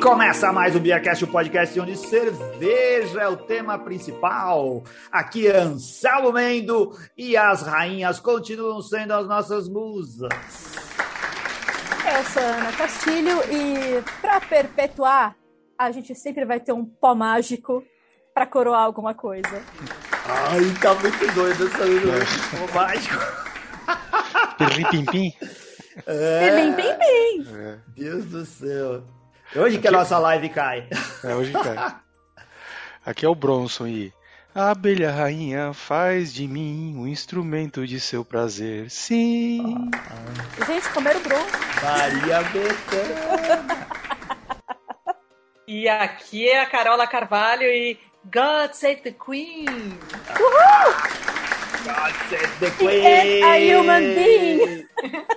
Começa mais o BeerCast, o podcast onde cerveja é o tema principal. Aqui é Anselmo Mendo e as rainhas continuam sendo as nossas musas. Eu sou a Ana Castilho e para perpetuar, a gente sempre vai ter um pó mágico para coroar alguma coisa. Ai, tá muito doido essa pó mágico. Pirlim-pim-pim? Pirlim-pim-pim. Deus do céu. Hoje que a nossa live cai. Hoje cai. Aqui é o Bronson e a abelha rainha faz de mim um instrumento de seu prazer. Sim. Gente, comeram o Bronson. Maria Bethânia. E aqui é a Carola Carvalho e God Save the Queen. Uhul! God Save the Queen. A human being.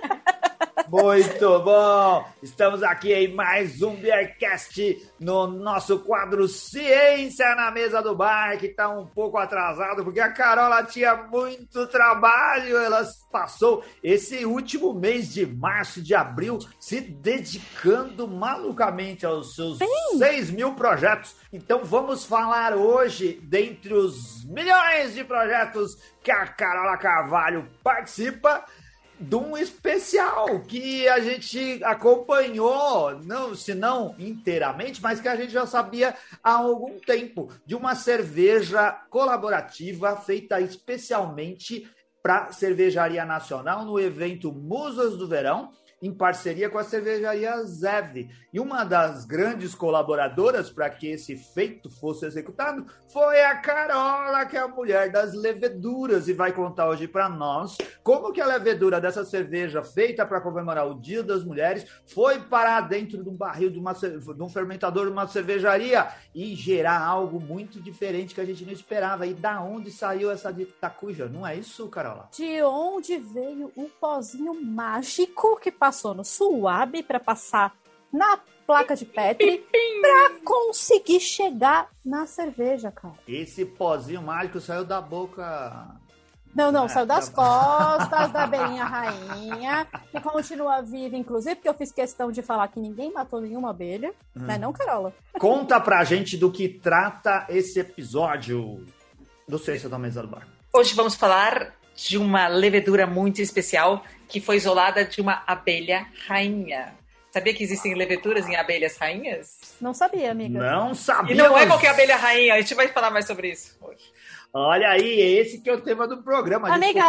Muito bom! Estamos aqui em mais um BeerCast no nosso quadro Ciência na Mesa do Bar, que está um pouco atrasado, porque a Carola tinha muito trabalho. Ela passou esse último mês de março, de abril, se dedicando malucamente aos seus 6 mil projetos. Então vamos falar hoje, dentre os milhões de projetos que a Carola Carvalho participa, de um especial que a gente acompanhou, não, se não inteiramente, mas que a gente já sabia há algum tempo, de uma cerveja colaborativa feita especialmente para a Cervejaria Nacional no evento Musas do Verão, em parceria com a cervejaria Zev. E uma das grandes colaboradoras para que esse feito fosse executado foi a Carola, que é a mulher das leveduras, e vai contar hoje para nós como que a levedura dessa cerveja feita para comemorar o Dia das Mulheres foi parar dentro de um barril de um fermentador de uma cervejaria e gerar algo muito diferente que a gente não esperava. E da onde saiu essa de tacuja? Não é isso, Carola? De onde veio o pozinho mágico que passou no suave para passar na placa de Petri para conseguir chegar na cerveja, cara? Esse pozinho mágico saiu da boca... Não, saiu das costas da abelhinha rainha, que continua viva, inclusive, porque eu fiz questão de falar que ninguém matou nenhuma abelha, né, não, Carola? Conta pra gente do que trata esse episódio do Ciência da Mesa do Bar. Hoje vamos falar de uma levedura muito especial que foi isolada de uma abelha rainha. Sabia que existem leveduras em abelhas rainhas? Não sabia, amiga. Não sabia. E não é qualquer abelha rainha, a gente vai falar mais sobre isso hoje. Olha aí, esse que é o tema do programa. Amiga,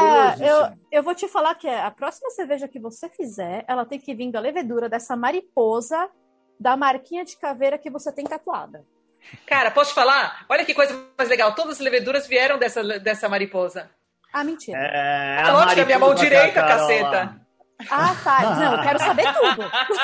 eu vou te falar que a próxima cerveja que você fizer, ela tem que vir da levedura dessa mariposa da marquinha de caveira que você tem tatuada. Cara, posso te falar? Olha que coisa mais legal. Todas as leveduras vieram dessa mariposa. Ah, mentira. É lógico, é minha mão direita, caceta. Ah, tá. Não, eu quero saber tudo.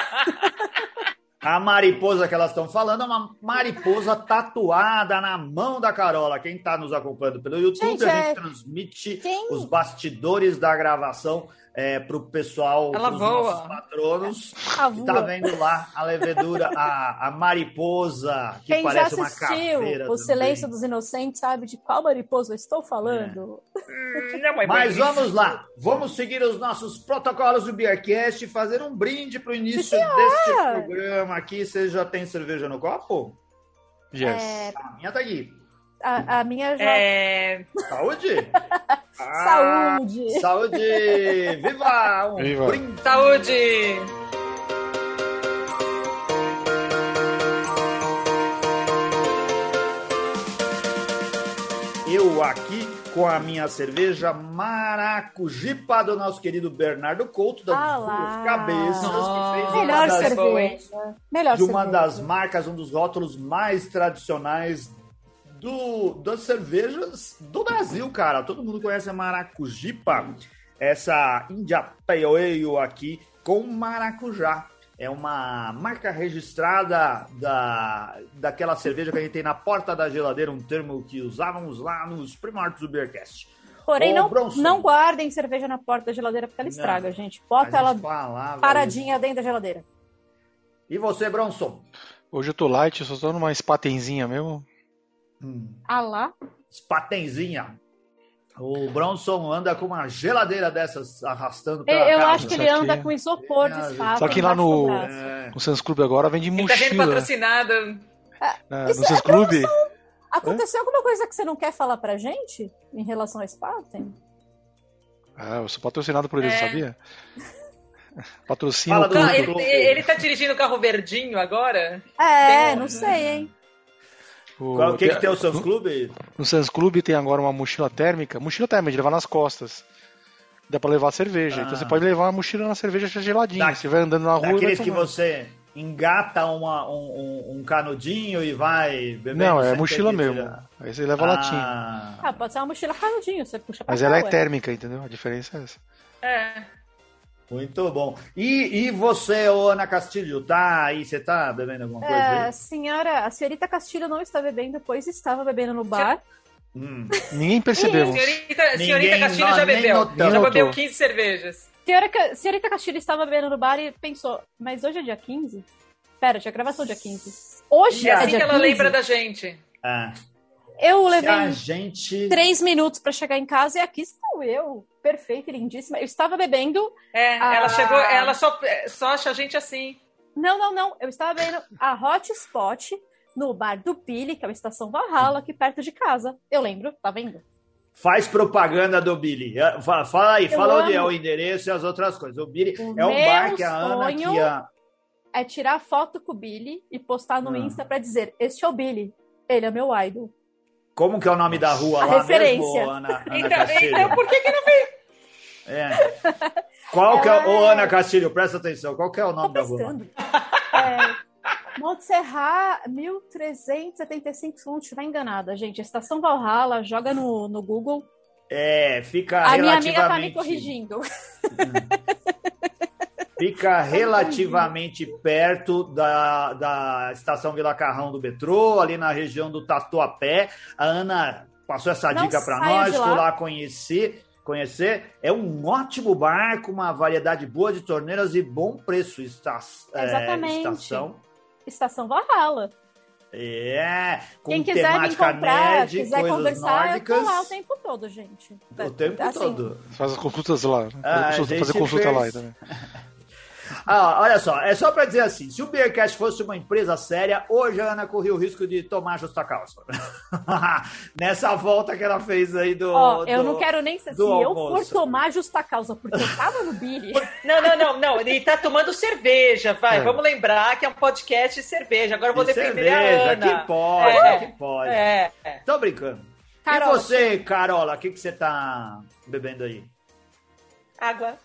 A mariposa que elas estão falando é uma mariposa tatuada na mão da Carola. Quem está nos acompanhando pelo YouTube, a gente transmite os bastidores da gravação para o pessoal, para os nossos patronos. Está vendo lá a levedura, a mariposa, que quem parece uma assistiu caveira. O Silêncio dos Inocentes sabe de qual mariposa eu estou falando. Mas vamos lá, vamos seguir os nossos protocolos do BeerCast e fazer um brinde para o início deste programa aqui. Você já tem cerveja no copo? Yes. A minha tá aqui. A minha já... Saúde? Saúde! Saúde! Viva! Viva. Brinde! Saúde! Eu aqui com a minha cerveja Maracujipa do nosso querido Bernardo Couto, das Duas Cabeças, que fez melhor cerveja. Melhor de uma das marcas, um dos rótulos mais tradicionais das cervejas do Brasil, cara. Todo mundo conhece a Maracujipa, essa India Pale Ale aqui com maracujá. É uma marca registrada daquela cerveja que a gente tem na porta da geladeira, um termo que usávamos lá nos primórdios do BeerCast. Porém, não guardem cerveja na porta da geladeira porque ela estraga, gente. Bota ela paradinha dentro da geladeira. E você, Bronson? Hoje eu tô light, eu só tô numa spatenzinha mesmo. Ah lá? Spatenzinha. O Bronson anda com uma geladeira dessas arrastando pela Eu casa. acho que ele anda com isopor de esfafa. Só que lá embaixo do no braço. Sam's Club agora vende Ele tá sendo mochila. patrocinado. No Sam's Club? Aconteceu alguma coisa que você não quer falar pra gente em relação a Spaten? Eu sou patrocinado por eles, sabia? Patrocina Fala o do- clube. Ele tá dirigindo o carro verdinho agora? Não sei, hein? O que tem o Sam's Club? No Sam's Club tem agora uma mochila térmica. Mochila térmica, de levar nas costas. Dá pra levar cerveja. Então você pode levar uma mochila na cerveja geladinha. Você vai andando na rua e vai Daqueles que tomando. você engata um canudinho e vai bebendo. Não, é sem mochila ter que mesmo. tirar. Aí você leva a latinha. Pode ser uma mochila canudinho, você puxa pra Mas cá, ela é ué. térmica, entendeu? A diferença é essa. Muito bom. E você, ô Ana Castilho, tá aí? Você tá bebendo alguma coisa aí? A senhorita Castilho não está bebendo, pois estava bebendo no bar. Ninguém percebemos. Senhorita Ninguém- Castilho nós já nem bebeu. notamos. Já bebeu Notou. 15 cervejas. Senhorita Castilho estava bebendo no bar e pensou, mas hoje é dia 15? Pera, tinha gravação dia 15. Hoje E é assim dia que ela 15? lembra da gente. Eu Se levei a gente... 3 minutos pra chegar em casa e aqui estou eu, perfeita e lindíssima. Eu estava bebendo... Ela chegou, ela só acha a gente assim. Não. Eu estava bebendo a Hotspot no bar do Billy, que é uma estação Valhalla, aqui perto de casa. Eu lembro, tá vendo? Faz propaganda do Billy. Fala aí, Eu fala onde é amo. o endereço e as outras coisas. O Billy O é um meu bar que a Ana sonho- que a... É tirar foto com o Billy e postar no Insta pra dizer, este é o Billy, ele é meu idol. Como que é o nome da rua A lá referência. mesmo, Ana Então, Castilho? por que não fez? Qual que é... Ô, Ana Castilho, presta atenção. Qual que é o nome da rua? Pensando. Montserrat, 1375, se não estiver enganada, gente. Estação Valhalla, joga no Google. Fica A minha relativamente... amiga tá me corrigindo. Fica relativamente perto da estação Vila Carrão do metrô, ali na região do Tatuapé. A Ana passou essa Não dica para saio nós, de lá. fui lá conhecer. É um ótimo bar com uma variedade boa de torneiras e bom preço. Exatamente. Estação Valhalla. Com Quem quiser me temática encontrar, nerd, quiser coisas conversar, nórdicas. eu tô lá o tempo todo, gente. O tempo Assim, todo. Faz as consultas lá. a Fazer gente consulta lá fez- também. Olha só, é só pra dizer assim, se o Beercast fosse uma empresa séria, hoje a Ana corria o risco de tomar justa causa. Nessa volta que ela fez aí eu não quero nem se do eu for almoço. tomar justa causa, porque eu tava no Billy. Não. Ele tá tomando cerveja, vai. Vamos lembrar que é um podcast de cerveja. Agora eu vou De defender a cerveja, Ana. que pode, que pode. Tô brincando. Carola, E você, Carola, o que você tá bebendo aí? Água.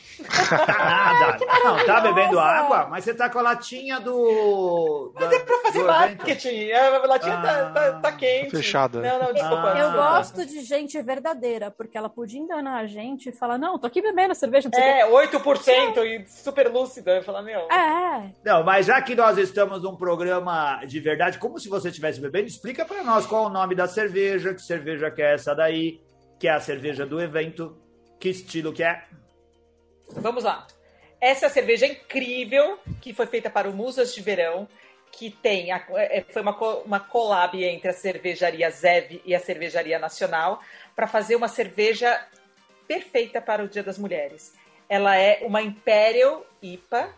Nada. Não, tá bebendo água, mas você tá com a latinha do... Mas é pra fazer do evento. marketing. A latinha tá quente. Fechada. Não, desculpa. Eu desculpa. gosto de gente verdadeira, porque ela podia enganar a gente e falar, não, tô aqui bebendo cerveja. Não sei o quê. 8% e super lúcida. Eu falar, meu. Não, mas já que nós estamos num programa de verdade, como se você estivesse bebendo, explica pra nós qual é o nome da cerveja, que cerveja que é essa daí, que é a cerveja do evento, que estilo que é. Vamos lá. Essa cerveja é incrível, que foi feita para o Musas de Verão, que tem foi uma collab entre a cervejaria Zev e a cervejaria Nacional, para fazer uma cerveja perfeita para o Dia das Mulheres. Ela é uma Imperial IPA,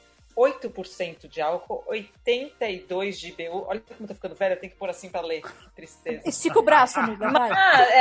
8% de álcool, 82 de IBU. Olha como eu tô ficando velha, eu tenho que pôr assim para ler. Que tristeza. Estica o braço, amiga, vai.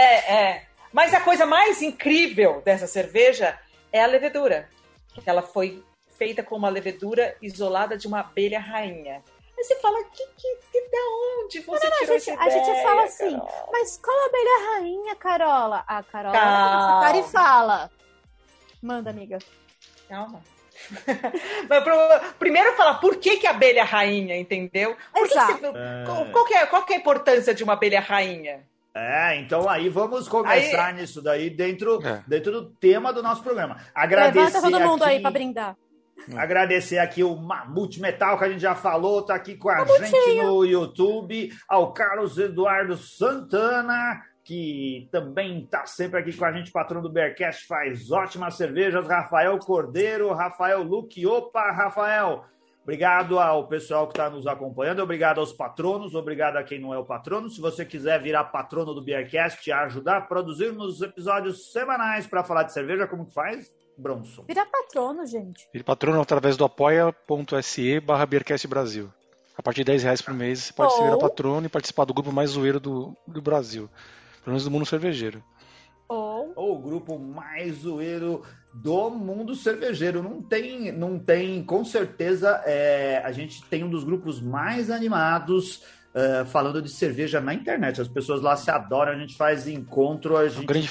Mas a coisa mais incrível dessa cerveja é a levedura. Ela foi feita com uma levedura isolada de uma abelha rainha. Aí você fala, da onde você tirou essa ideia? A gente fala assim, Carol? mas qual abelha rainha, Carola? A Carola Calma. essa cara e fala. Manda, amiga. Calma. Mas primeiro falar por que a abelha rainha, entendeu? Exato. Qual que é a importância de uma abelha rainha? Então aí vamos começar nisso daí dentro do tema do nosso programa. Levanta todo mundo aí pra brindar. Agradecer aqui o Mamute Metal, que a gente já falou, tá aqui com a gente no YouTube, ao Carlos Eduardo Santana, que também tá sempre aqui com a gente, patrão do Beercast, faz ótimas cervejas, Rafael Cordeiro, Rafael Luque, opa, Rafael, Obrigado ao pessoal que está nos acompanhando, obrigado aos patronos, obrigado a quem não é o patrono. Se você quiser virar patrono do Beercast e ajudar a produzir nos episódios semanais para falar de cerveja, como que faz, Bronson? Vira patrono, gente. Vire patrono através do apoia.se/Beercast Brasil. A partir de R$10 por mês, você pode se virar patrono e participar do grupo mais zoeiro do Brasil. Pelo menos do mundo cervejeiro. Ou o grupo mais zoeiro do mundo cervejeiro. Não tem, com certeza, a gente tem um dos grupos mais animados falando de cerveja na internet. As pessoas lá se adoram, a gente faz encontro, a gente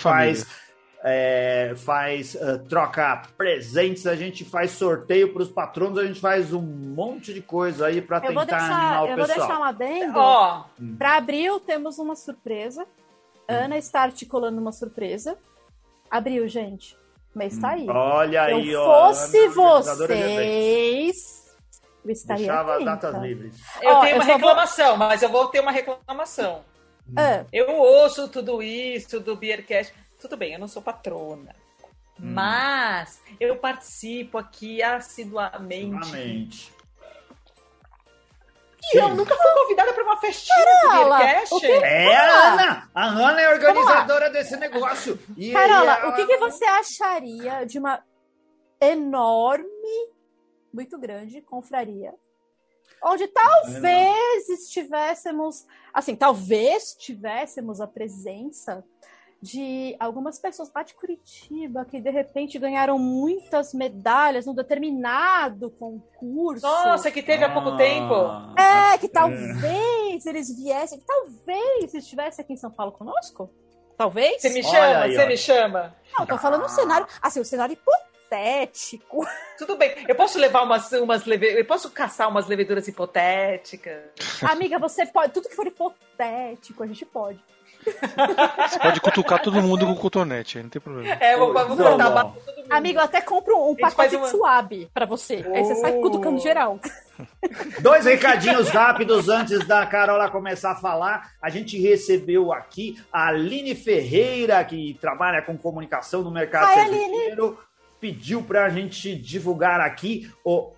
troca presentes, a gente faz sorteio para os patronos, a gente faz um monte de coisa aí para tentar animar o pessoal. Eu vou deixar um adendo. Para abril temos uma surpresa. Ana está articulando uma surpresa. Abril, gente. O mês tá aí. Olha aí, Se eu fosse vocês, eu estaria deixava atenta. Datas livres. Eu tenho uma reclamação, mas eu vou ter uma reclamação. Eu ouço tudo isso do Beercast. Tudo bem, eu não sou patrona. Mas eu participo aqui assiduamente. E eu nunca fui convidada para uma festinha do Beercast. A Ana é organizadora desse negócio. Carola, o que você acharia de uma enorme, muito grande confraria? Onde talvez tivéssemos a presença de algumas pessoas lá de Curitiba que de repente ganharam muitas medalhas num determinado concurso. Nossa, que teve há pouco tempo. Que talvez eles viessem, talvez estivessem aqui em São Paulo conosco. Talvez. Você me chama? Não, tô falando um cenário, assim, um cenário hipotético. Tudo bem, eu posso levar eu posso caçar umas leveduras hipotéticas. Amiga, você pode, tudo que for hipotético, a gente pode. Você pode cutucar todo mundo com o cotonete, não tem problema. Vamos cortar todo mundo. Amigo, eu até compro um pacote de suave pra você. Aí você sai cutucando geral. 2 recadinhos rápidos antes da Carola começar a falar. A gente recebeu aqui a Aline Ferreira, que trabalha com comunicação no mercado cervejeiro. Pediu pra gente divulgar aqui o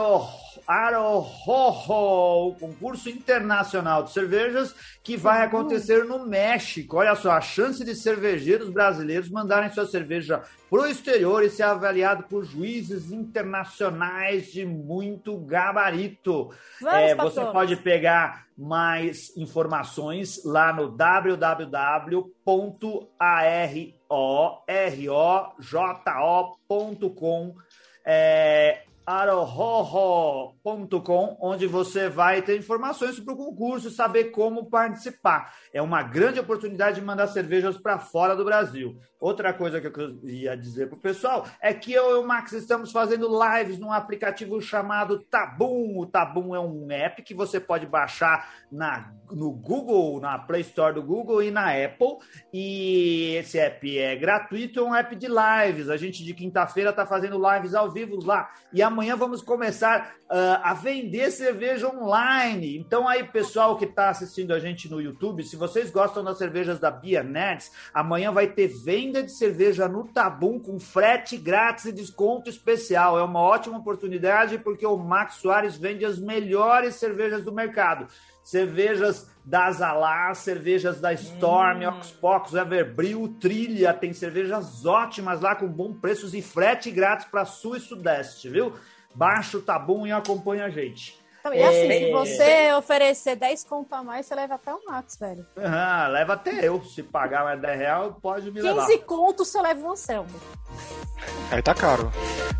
Arohoho, o concurso internacional de cervejas, que vai acontecer no México. Olha só, a chance de cervejeiros brasileiros mandarem sua cerveja pro exterior e ser avaliado por juízes internacionais de muito gabarito. Você pode pegar mais informações lá no www.arrojo.com, arohoho.com, onde você vai ter informações sobre o concurso e saber como participar. É uma grande oportunidade de mandar cervejas para fora do Brasil. Outra coisa que eu queria dizer pro pessoal é que eu e o Max estamos fazendo lives num aplicativo chamado Tabum. O Tabum é um app que você pode baixar no Google, na Play Store do Google e na Apple. E esse app é gratuito, é um app de lives. A gente de quinta-feira está fazendo lives ao vivo lá. E amanhã vamos começar a vender cerveja online. Então aí, pessoal que está assistindo a gente no YouTube, se vocês gostam das cervejas da Beer Nerds, amanhã vai ter venda de cerveja no Tabum com frete grátis e desconto especial. É uma ótima oportunidade porque o Max Soares vende as melhores cervejas do mercado. Cervejas da Zalá, cervejas da Storm, Oxbox, Everbril, Trilha, tem cervejas ótimas lá com bons preços e frete grátis para Sul e Sudeste, viu? Baixa o Tabum e acompanha a gente. Então, e assim, se você oferecer 10 conto a mais, você leva até o Max, velho. Leva até eu. Se pagar mais R$10, pode me levar. 15 conto, você leva um Anselmo. Aí tá caro.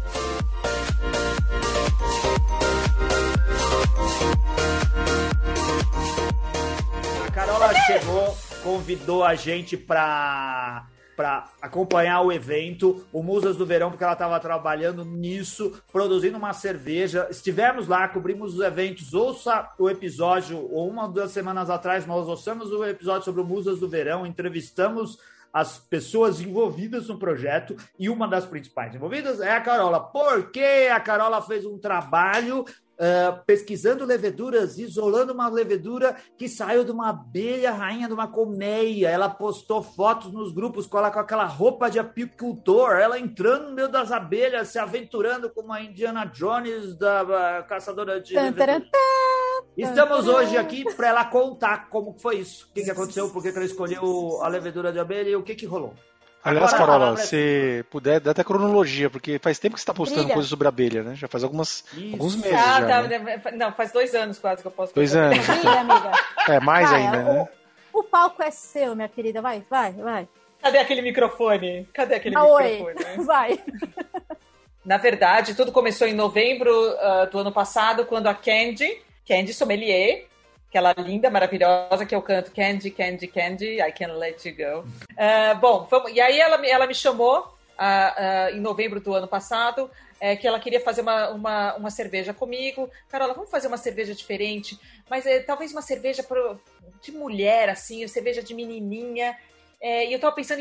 A Carola chegou, convidou a gente para acompanhar o evento, o Musas do Verão, porque ela estava trabalhando nisso, produzindo uma cerveja. Estivemos lá, cobrimos os eventos. Ouça o episódio, ou 1 ou 2 semanas atrás, nós ouçamos o episódio sobre o Musas do Verão, entrevistamos as pessoas envolvidas no projeto, e uma das principais envolvidas é a Carola, porque a Carola fez um trabalho pesquisando leveduras, isolando uma levedura que saiu de uma abelha rainha de uma colmeia. Ela postou fotos nos grupos com ela com aquela roupa de apicultor, ela entrando no meio das abelhas, se aventurando como a Indiana Jones da caçadora de leveduras. Estamos hoje aqui para ela contar como foi isso, o que aconteceu, por que ela escolheu a levedura de abelha e o que rolou. Aliás, Carola, se puder, dá até cronologia, porque faz tempo que você está postando coisas sobre abelha, né? Já faz alguns meses. Já, né? Não, faz 2 anos quase que eu posto. 2 anos. Brilha, amiga. Mais ainda, né? O palco é seu, minha querida. Vai. Cadê aquele microfone? Oi, vai. Na verdade, tudo começou em novembro do ano passado, quando a Candy Sommelier, aquela linda, maravilhosa, que eu canto Candy, Candy, Candy, I Can't Let You Go. E aí ela me chamou em novembro do ano passado, que ela queria fazer uma cerveja comigo. Carola, vamos fazer uma cerveja diferente, mas talvez uma cerveja de mulher, assim, cerveja de menininha. E eu tava pensando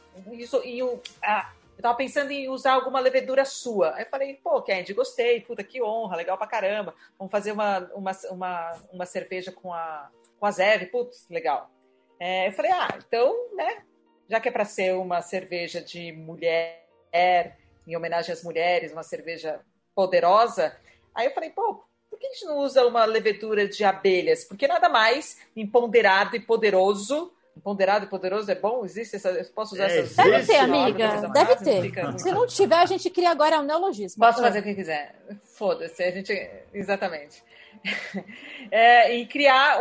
eu tava pensando em usar alguma levedura sua. Aí eu falei, pô, Candy, gostei, puta, que honra, legal pra caramba. Vamos fazer uma cerveja com a Zev, putz, legal. Eu falei, então, né, já que é pra ser uma cerveja de mulher, em homenagem às mulheres, uma cerveja poderosa, aí eu falei, pô, por que a gente não usa uma levedura de abelhas? Porque nada mais empoderado e poderoso. Empoderado e poderoso é bom? Existe essa? Eu posso usar essas? Deve ter, amiga. Deve ter. Se não tiver, a gente cria agora um neologismo. Posso fazer o que quiser. Foda-se. A gente... Exatamente. E criar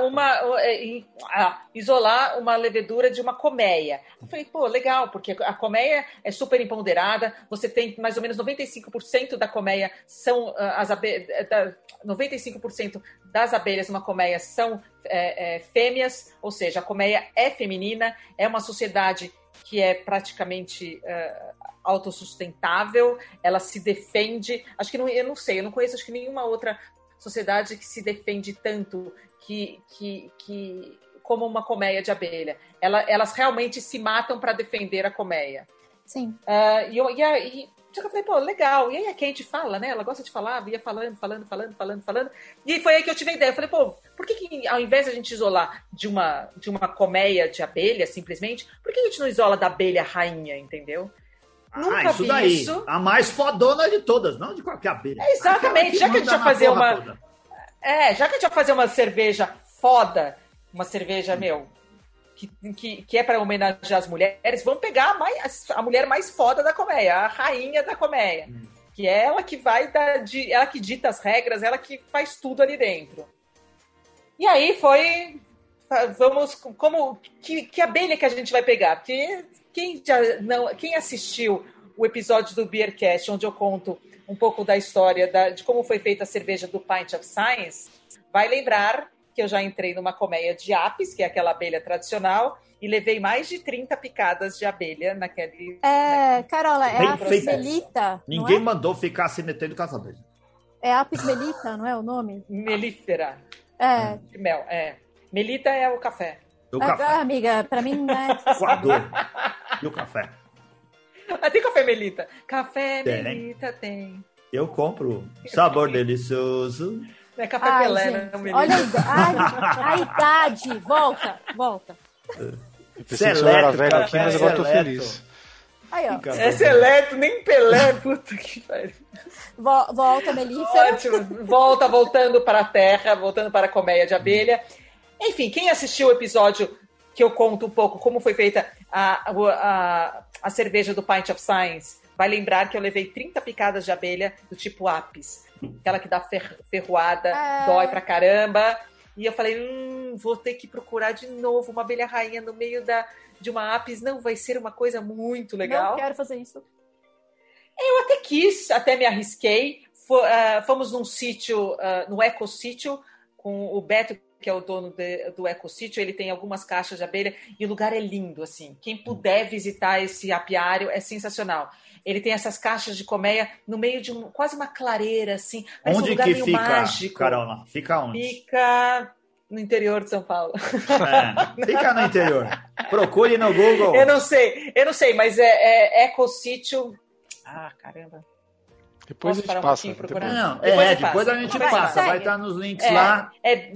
isolar uma levedura de uma colmeia. Eu falei, pô, legal, porque a colmeia é super empoderada, você tem mais ou menos 95% da colmeia são 95% das abelhas numa colmeia são fêmeas, ou seja, a colmeia é feminina, é uma sociedade que é praticamente autossustentável, ela se defende, eu não conheço acho que nenhuma outra sociedade que se defende tanto como uma colmeia de abelha. Elas realmente se matam para defender a colmeia. Sim. E eu falei, pô, legal. E aí a Kate fala, né? Ela gosta de falar, ia falando. E foi aí que eu tive a ideia. Eu falei, pô, por que ao invés de a gente isolar de uma colmeia de abelha, simplesmente, por que a gente não isola da abelha rainha, entendeu? Nunca isso daí. Isso. A mais fodona de todas, não de qualquer abelha. Exatamente. Já que a gente vai fazer uma cerveja foda, uma cerveja, que é para homenagear as mulheres, vamos pegar a mulher mais foda da colmeia, a rainha da colmeia. Que é ela que ela que dita as regras, ela que faz tudo ali dentro. E aí que abelha que a gente vai pegar? Porque quem assistiu o episódio do Beercast, onde eu conto um pouco da história de como foi feita a cerveja do Pint of Science, vai lembrar que eu já entrei numa colmeia de apis, que é aquela abelha tradicional, e levei mais de 30 picadas de abelha naquele... Carola, é a apis mellita. Ninguém mandou ficar se metendo com as abelhas. É apis mellita, não é o nome? Melífera. De mel, Melita é o café. Amiga, pra mim não é... Coador. E o café? Tem café Melita. Café Melita tem. Eu compro. Sabor delicioso. É café Pelé, né? Olha a idade. Volta. Você era velho aqui, mas agora tô feliz. Aí, ó. É seleto, nem Pelé, puta que pariu. Volta, Melífera. Ótimo. Voltando para a terra, voltando para a colmeia de abelha. Enfim, quem assistiu o episódio que eu conto um pouco como foi feita a cerveja do Pint of Science, vai lembrar que eu levei 30 picadas de abelha do tipo apis. Aquela que dá ferroada, dói pra caramba. E eu falei, vou ter que procurar de novo uma abelha rainha no meio de uma apis. Não, vai ser uma coisa muito legal. Não quero fazer isso. Eu até quis, até me arrisquei. Fomos num sítio, no Ecosítio, com o Beto, que é o dono do Ecosítio. Ele tem algumas caixas de abelha e o lugar é lindo, assim. Quem puder visitar esse apiário é sensacional. Ele tem essas caixas de colmeia no meio de quase uma clareira, assim. Onde um lugar que meio fica, mágico. Carola? Fica onde? Fica no interior de São Paulo. Fica no interior. Procure no Google. Eu não sei, mas é Ecosítio. Caramba. Depois Posso a gente parar um passa. pouquinho procurar? Não, Depois a gente Vai, passa. segue. Vai estar nos links lá.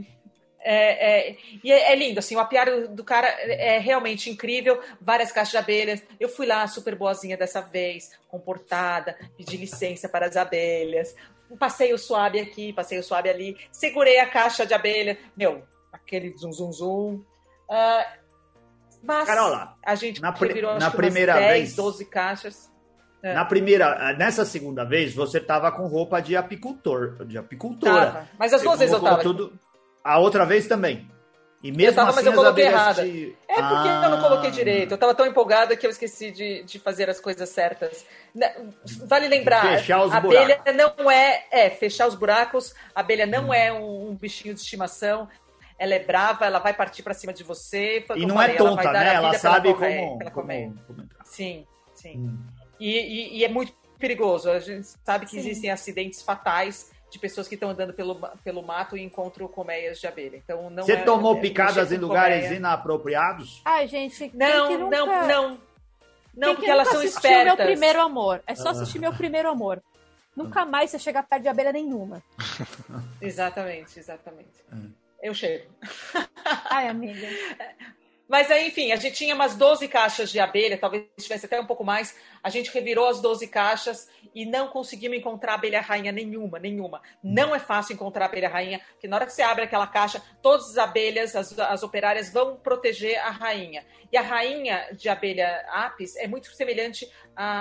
E é lindo, assim, o apiário do cara é realmente incrível, várias caixas de abelhas. Eu fui lá super boazinha dessa vez, comportada, pedi licença para as abelhas, passei o suave aqui, passei o suave ali, segurei a caixa de abelha, aquele zum zum zum. Mas Carola, a gente na revirou na acho que primeira umas 10, vez- 12 caixas. Nessa segunda vez, você tava com roupa de apicultora. Tava. Mas as Você duas vezes eu colocou tava. tudo. A outra vez também. E mesmo Eu tava, assim mas eu as coloquei abelhas errada. te... É porque eu não coloquei direito. Eu tava tão empolgada que eu esqueci de fazer as coisas certas. Vale lembrar, Fechar os a abelha buracos. não fechar os buracos. A abelha não é um bichinho de estimação. Ela é brava, ela vai partir pra cima de você. Foi o E que eu não falei, é tonta, vai dar né? a Ela vida pela sabe colmeia. como entrar. Sim. E é muito perigoso. A gente sabe que existem acidentes fatais de pessoas que estão andando pelo mato e encontram colmeias de abelha. Então, não Você tomou picadas mexer em com lugares colmeia. inapropriados? Ai, gente, Não, quem que nunca... Não, Quem porque que elas nunca são assistiu espertas. Meu Primeiro Amor. É só assistir Meu Primeiro Amor. Nunca mais você chega perto de abelha nenhuma. Exatamente. Eu chego. Ai, amiga. Mas aí, enfim, a gente tinha umas 12 caixas de abelha, talvez tivesse até um pouco mais. A gente revirou as 12 caixas e não conseguimos encontrar abelha rainha nenhuma. Não é fácil encontrar abelha rainha, porque na hora que você abre aquela caixa, todas as abelhas, as operárias, vão proteger a rainha. E a rainha de abelha apis é muito semelhante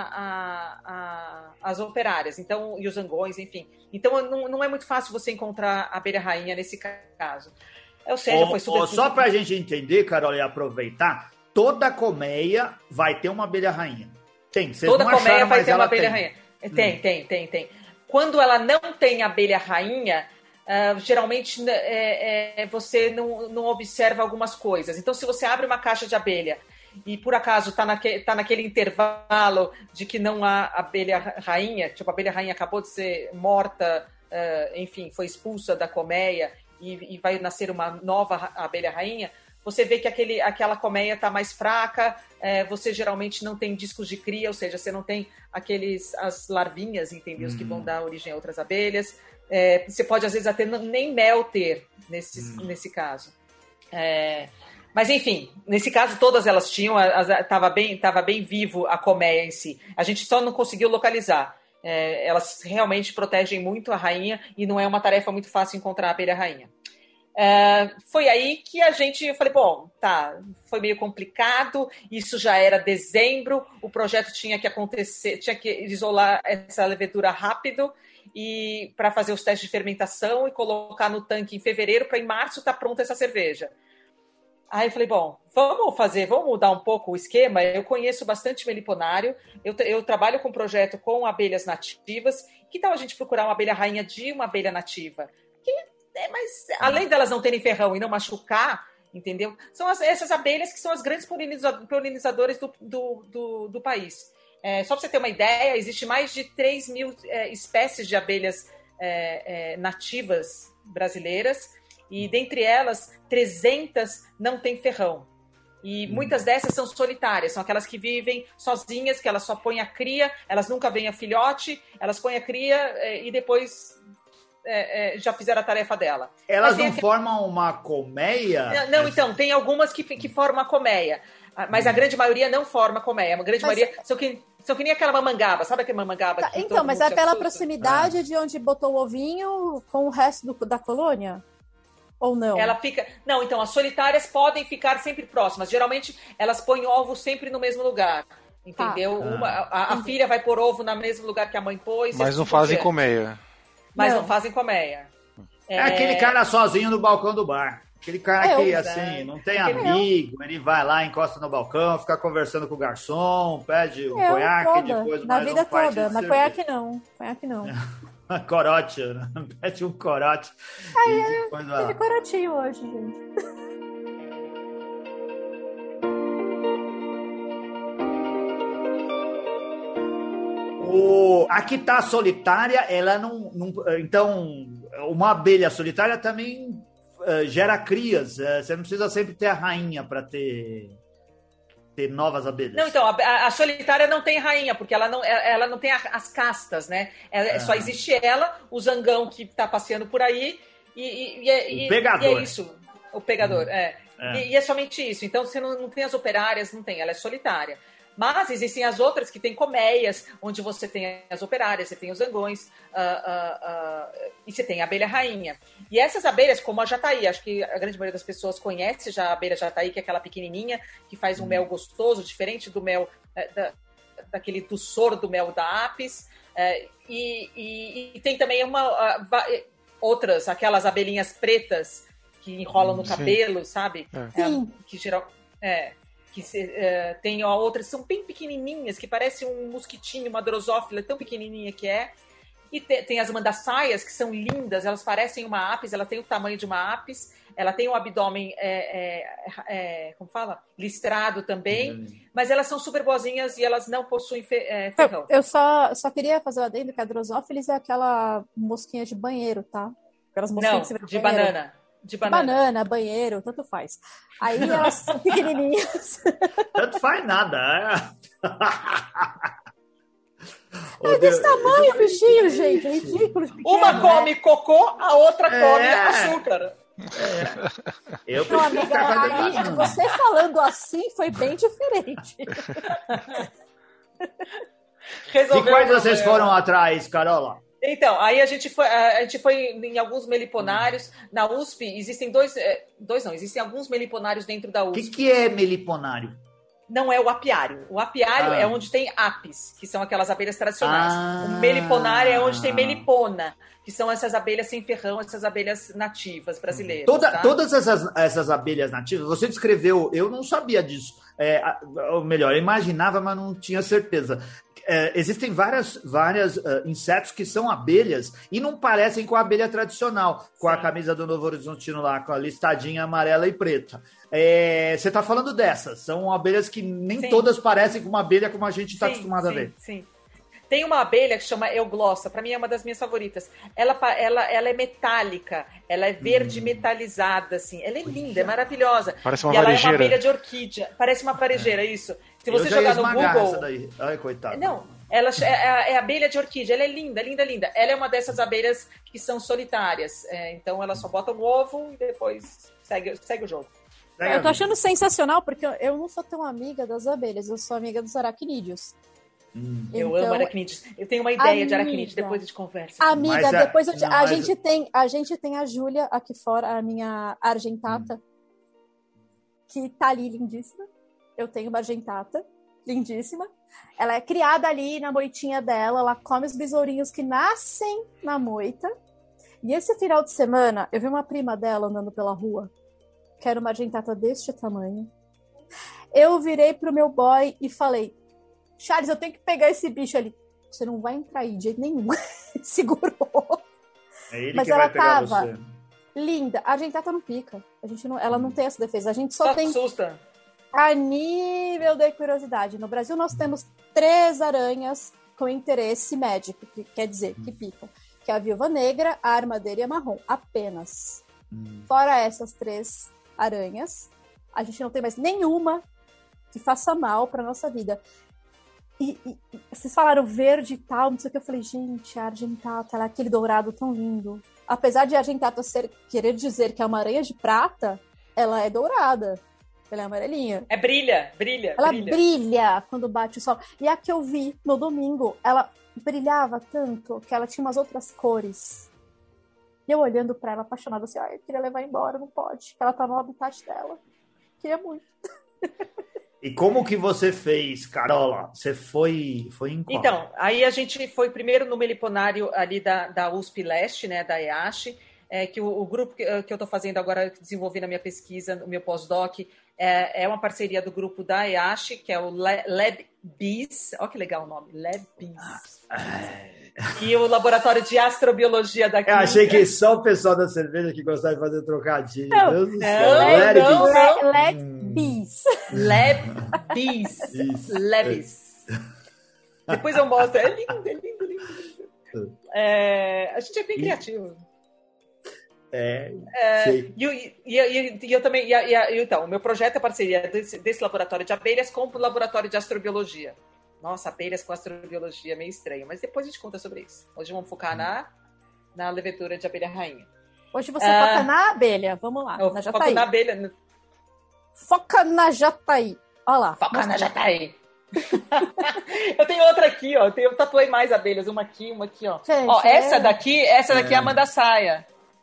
às operárias, então, e os zangões, enfim. Então, não é muito fácil você encontrar abelha rainha nesse caso. Ou seja, foi super... Só pra gente entender, Carol, e aproveitar, toda colmeia vai ter uma abelha rainha. Tem, vocês toda não colmeia acharam, vai mas ter uma ela abelha tem. rainha. Tem. Quando ela não tem abelha rainha, geralmente você não observa algumas coisas. Então, se você abre uma caixa de abelha e por acaso tá naquele intervalo de que não há abelha rainha, tipo, a abelha rainha acabou de ser morta, enfim, foi expulsa da colmeia, e vai nascer uma nova abelha rainha, você vê que aquela colmeia está mais fraca, você geralmente não tem discos de cria, ou seja, você não tem as larvinhas, entendeu? Que vão dar origem a outras abelhas. Você pode, às vezes, até nem mel ter nesse caso. Mas, enfim, nesse caso, todas elas tinham, estava bem vivo a colmeia em si. A gente só não conseguiu localizar. Elas realmente protegem muito a rainha e não é uma tarefa muito fácil encontrar a abelha rainha. Foi aí que eu falei, bom, tá, foi meio complicado, isso já era dezembro, o projeto tinha que acontecer, tinha que isolar essa levedura rápido e para fazer os testes de fermentação e colocar no tanque em fevereiro, para em março estar pronta essa cerveja. Aí eu falei, bom, vamos mudar um pouco o esquema. Eu conheço bastante meliponário, eu trabalho com um projeto com abelhas nativas. Que tal a gente procurar uma abelha rainha de uma abelha nativa? Mas além delas não terem ferrão e não machucar, entendeu? São essas abelhas que são as grandes polinizadoras do país. Só para você ter uma ideia, existe mais de 3 mil espécies de abelhas nativas brasileiras. E dentre elas, 300 não têm ferrão. E muitas dessas são solitárias, são aquelas que vivem sozinhas, que elas só põem a cria, elas nunca veem a filhote, elas põem a cria e depois já fizeram a tarefa dela. Elas não formam uma colmeia? Não, então, tem algumas que formam a colmeia, mas a grande maioria não forma colmeia. A grande maioria são que nem aquela mamangaba, sabe aquela mamangaba? Tá, então, mas é pela proximidade de onde botou o ovinho com o resto da colônia? Ou não? Ela fica... Não, então, as solitárias podem ficar sempre próximas. Geralmente, elas põem ovos sempre no mesmo lugar. Entendeu? A filha vai pôr ovo no mesmo lugar que a mãe pôs. Mas não fazem colmeia. Mas não fazem colmeia. É aquele cara sozinho no balcão do bar. Aquele cara que, assim, não tem amigo, ele vai lá, encosta no balcão, fica conversando com o garçom, pede um conhaque, depois na vida toda, mas conhaque não. Corote, né? Pede um corote. Teve corotinho hoje, gente. A que tá solitária, ela não. Então, uma abelha solitária também gera crias. Você não precisa sempre ter a rainha para ter. ter novas abelhas? Não, então, a solitária não tem rainha, porque ela não tem as castas, né? Só existe ela, o zangão que tá passeando por aí, o pegador. E é isso, o pegador, E é somente isso. Então, você não tem as operárias, não tem, ela é solitária. Mas existem as outras que tem colmeias, onde você tem as operárias, você tem os zangões, e você tem a abelha rainha. E essas abelhas, como a jataí, acho que a grande maioria das pessoas conhece já a abelha jataí, que é aquela pequenininha, que faz um mel gostoso, diferente do mel, do soro do mel da apis. E tem também outras, aquelas abelhinhas pretas que enrolam no cabelo, sabe? Que geral... tem outras, são bem pequenininhas, que parece um mosquitinho, uma drosófila tão pequenininha que é. E tem as mandaçaias, que são lindas, elas parecem uma apis, ela tem o tamanho de uma apis, ela tem o abdômen, como fala? Listrado também, mas elas são super boazinhas e elas não possuem ferrão. Eu só queria fazer o adendo que a drosófilis é aquela mosquinha de banheiro, tá? Aquelas mosquinhas não, de banana. De banana, banheiro, tanto faz. Aí elas são pequenininhas. Tanto faz nada. É desse tamanho o bichinho, gente. É ridículo. Pequeno, uma come cocô, a outra come açúcar. Eu não, amiga, aí, você falando assim foi bem diferente. E quais vocês foram atrás, Carola? Então, aí a gente foi em alguns meliponários. Na USP existem existem alguns meliponários dentro da USP. O que é meliponário? Não é o apiário. O apiário é onde tem apis, que são aquelas abelhas tradicionais. O meliponário é onde tem melipona, que são essas abelhas sem ferrão, essas abelhas nativas brasileiras. Todas essas abelhas nativas, você descreveu, eu não sabia disso. Ou melhor, eu imaginava, mas não tinha certeza. Existem várias insetos que são abelhas e não parecem com a abelha tradicional, com a camisa do Novo Horizontino lá, com a listadinha amarela e preta. Você está falando dessas, são abelhas que nem todas parecem com uma abelha como a gente está acostumado a ver. Sim. Tem uma abelha que chama euglossa, para mim é uma das minhas favoritas. Ela é metálica, ela é verde metalizada, assim. Ela é linda, é maravilhosa. Parece uma varejeira. Ela é uma abelha de orquídea, parece uma varejeira, isso. Se você jogar no Google... Essa daí. Ai, coitado. Não, ela é abelha de orquídea, ela é linda, linda, linda. Ela é uma dessas abelhas que são solitárias. Então ela só bota um ovo e depois segue o jogo. Eu tô achando sensacional, porque eu não sou tão amiga das abelhas, eu sou amiga dos aracnídeos. Eu amo aracnídeos. Eu tenho uma ideia de aracnídeos, depois a gente conversa. Amiga, depois a gente tem a Júlia aqui fora, a minha argentata, que tá ali lindíssima. Eu tenho uma argentata lindíssima. Ela é criada ali na moitinha dela, ela come os besourinhos que nascem na moita. E esse final de semana, eu vi uma prima dela andando pela rua, que era uma argentata deste tamanho. Eu virei pro meu boy e falei: Charles, eu tenho que pegar esse bicho ali. Você não vai entrar aí de jeito nenhum. Segurou. É ele mas que ela vai pegar tava você. Linda. A argentata não pica. Ela não tem essa defesa. A gente só tem... assusta. A nível de curiosidade. No Brasil, nós temos 3 aranhas com interesse médico, que quer dizer, que picam. Que é a viúva negra, a armadeira e a marrom. Apenas. Fora essas 3 aranhas, a gente não tem mais nenhuma que faça mal pra nossa vida. E vocês falaram verde e tal, não sei o que. Eu falei, gente, a argentata, ela é aquele dourado tão lindo. Apesar de a argentata querer dizer que é uma aranha de prata, ela é dourada. Ela é amarelinha. Brilha. Ela brilha quando bate o sol. E a que eu vi no domingo, ela brilhava tanto que ela tinha umas outras cores. E eu olhando pra ela, apaixonada, assim, eu queria levar embora, não pode. Ela tá no habitat dela. Queria muito. E como que você fez, Carola? Você foi em qual? Então, aí a gente foi primeiro no meliponário ali da USP Leste, né, da EASH, que o grupo que eu estou fazendo agora, desenvolvi na minha pesquisa, no meu pós-doc, é uma parceria do grupo da EASH, que é o Lab Bees. Olha que legal o nome, Lab Bees. E o Laboratório de Astrobiologia da Química. Eu achei que só o pessoal da cerveja que gostava de fazer trocadilho. Não, Deus do não, céu. não. Lab Bees. Lab Bees. Labs. Depois eu mostro. É lindo. A gente é bem criativo. Sei. E eu também. Então, o meu projeto é parceria desse laboratório de abelhas com o laboratório de astrobiologia. Nossa, abelhas com astrobiologia é meio estranho, mas depois a gente conta sobre isso. Hoje vamos focar na levedura de abelha rainha. Hoje você foca na abelha. Vamos lá. Eu foco na abelha. Foca na jataí. Olha lá. Foca na jataí. Eu tenho outra aqui, ó. Eu tatuei mais abelhas. Uma aqui, ó. Gente, ó, essa daqui é a Amanda Saia.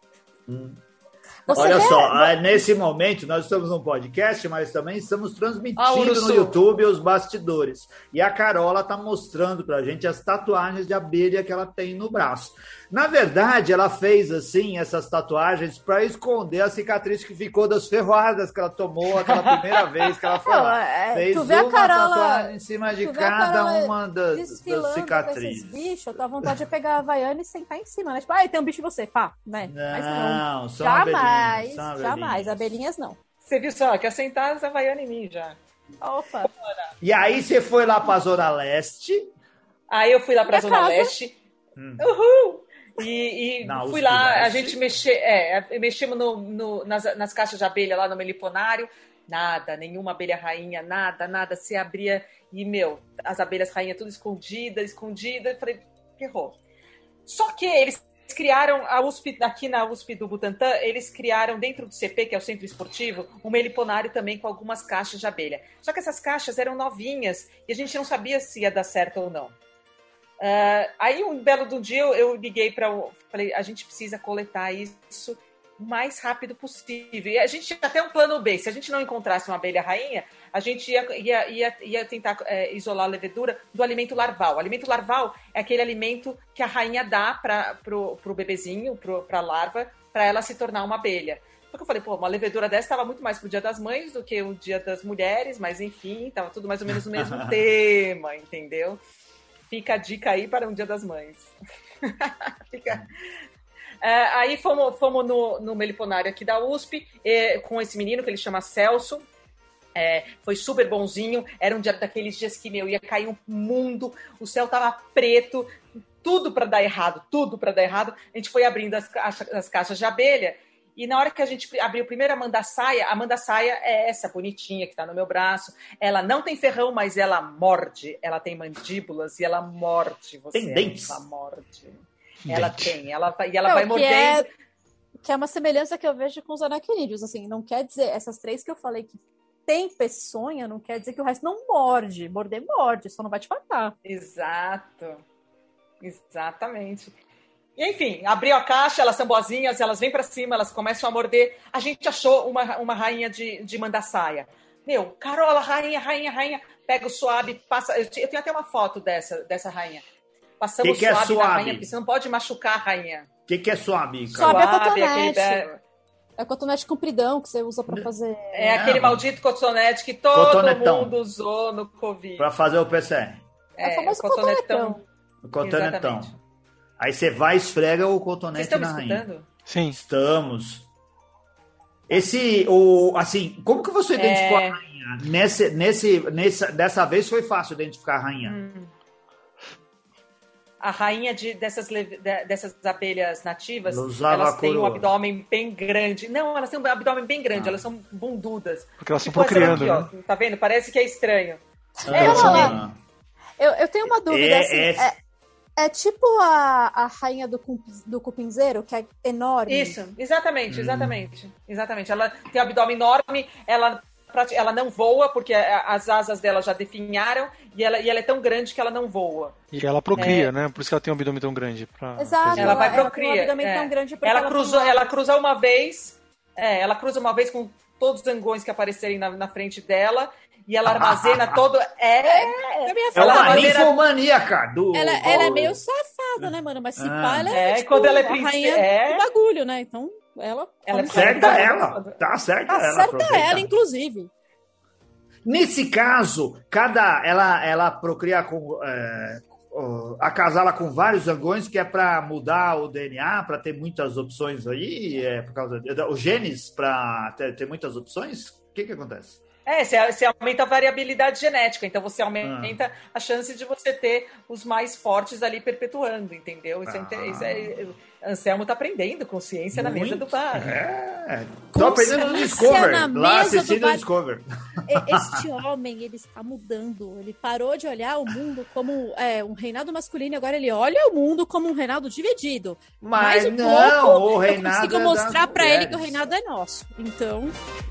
Olha só, nesse momento nós estamos num podcast, mas também estamos transmitindo no YouTube os bastidores. E a Carola está mostrando pra gente as tatuagens de abelha que ela tem no braço. Na verdade, ela fez assim essas tatuagens para esconder a cicatriz que ficou das ferroadas que ela tomou aquela primeira vez que ela foi lá. Fez uma tatuagem em cima de cada uma das cicatrizes. Bicho, eu tô à vontade de pegar a Havaiana e sentar em cima, né? Tipo, tem um bicho em você, pá, né? Não, são jamais, abelhinhas não. Você viu só, quer sentar as Havaiana em mim já. Opa. E aí você foi lá pra Zona Leste. Aí eu fui lá pra Zona Leste. Uhul! E fui lá, a gente mexemos nas caixas de abelha lá no meliponário, nada, nenhuma abelha rainha, nada, se abria e, as abelhas rainha tudo escondida, eu falei, errou. Só que eles criaram, aqui na USP do Butantã, eles criaram dentro do CP, que é o Centro Esportivo, um meliponário também com algumas caixas de abelha. Só que essas caixas eram novinhas e a gente não sabia se ia dar certo ou não. Aí um belo de um dia eu liguei falei, a gente precisa coletar isso o mais rápido possível. E a gente tinha até um plano B, se a gente não encontrasse uma abelha rainha, a gente ia tentar isolar a levedura do alimento larval. O alimento larval é aquele alimento que a rainha dá pro bebezinho, pra larva, para ela se tornar uma abelha. Só que eu falei, uma levedura dessa estava muito mais pro Dia das Mães do que o Dia das Mulheres, mas enfim, estava tudo mais ou menos no mesmo tema, entendeu? Fica a dica aí para um Dia das Mães. Aí fomos no meliponário aqui da USP, com esse menino que ele chama Celso. Foi super bonzinho. Era um dia daqueles dias que, ia cair um mundo, o céu tava preto, tudo para dar errado. A gente foi abrindo as caixas de abelha. E na hora que a gente abriu primeiro a Amanda Saia é essa bonitinha que tá no meu braço. Ela não tem ferrão, mas ela morde. Ela tem mandíbulas e ela morde você. Tem dentes. Ela morde. Ela tem. Ela vai mordendo. Que é uma semelhança que eu vejo com os aracnídeos. Assim, não quer dizer, essas três que eu falei que tem peçonha, não quer dizer que o resto não morde. Morder morde, só não vai te matar. Exato. Exatamente. E, enfim, abriu a caixa, elas são boazinhas, elas vêm pra cima, elas começam a morder. A gente achou uma rainha de mandaçaia. Carola, rainha, pega o suave, passa... Eu tenho até uma foto dessa rainha. Passamos que suave na rainha, porque você não pode machucar a rainha. O que é suave, cara? Suave é cotonete. É cotonete compridão que você usa pra fazer... aquele maldito cotonete que todo mundo usou no Covid. Pra fazer o PCR. É o famoso cotonetão. O cotonetão. Exatamente. Aí você vai e esfrega o cotonete na rainha. Escutando? Sim. Estamos. Assim, como que você identificou a rainha? Dessa vez foi fácil identificar a rainha. A rainha dessas abelhas nativas, elas têm um abdômen bem grande. Não, elas têm um abdômen bem grande, elas são bundudas. Porque elas estão procriando, né? Tá vendo? Parece que é estranho. Eu tenho uma dúvida, assim... É tipo a rainha do cupinzeiro, que é enorme. Isso, exatamente. Ela tem um abdômen enorme, ela não voa, porque as asas dela já definharam, e ela é tão grande que ela não voa. E ela procria, né? Por isso que ela tem um abdômen tão grande. Exato. Ela vai procriar. Ela tem um abdômen tão grande porque ela cruza uma vez, com todos os zangões que aparecerem na frente dela, e ela armazena todo... É uma ninfomaníaca. Ela é meio safada, né, mano? Mas se pá, ela é tipo, quando ela é rainha do bagulho, né? Então, ela é certa ela. Tá certa ela. Tá certa ela, inclusive. Nesse caso, ela procria com... acasala com vários zangões, que é para mudar o DNA, para ter muitas opções aí, por causa os genes, para ter muitas opções. O que acontece? Você aumenta a variabilidade genética, então você aumenta a chance de você ter os mais fortes ali perpetuando, entendeu? Anselmo tá aprendendo com ciência na mesa do bar. Tô aprendendo no Discover, lá assistindo o Discover. Este homem, ele está mudando. Ele parou de olhar o mundo como um reinado masculino, agora ele olha o mundo como um reinado dividido. Mas pouco, o reinado eu consigo mostrar pra ele que o reinado é nosso. Então...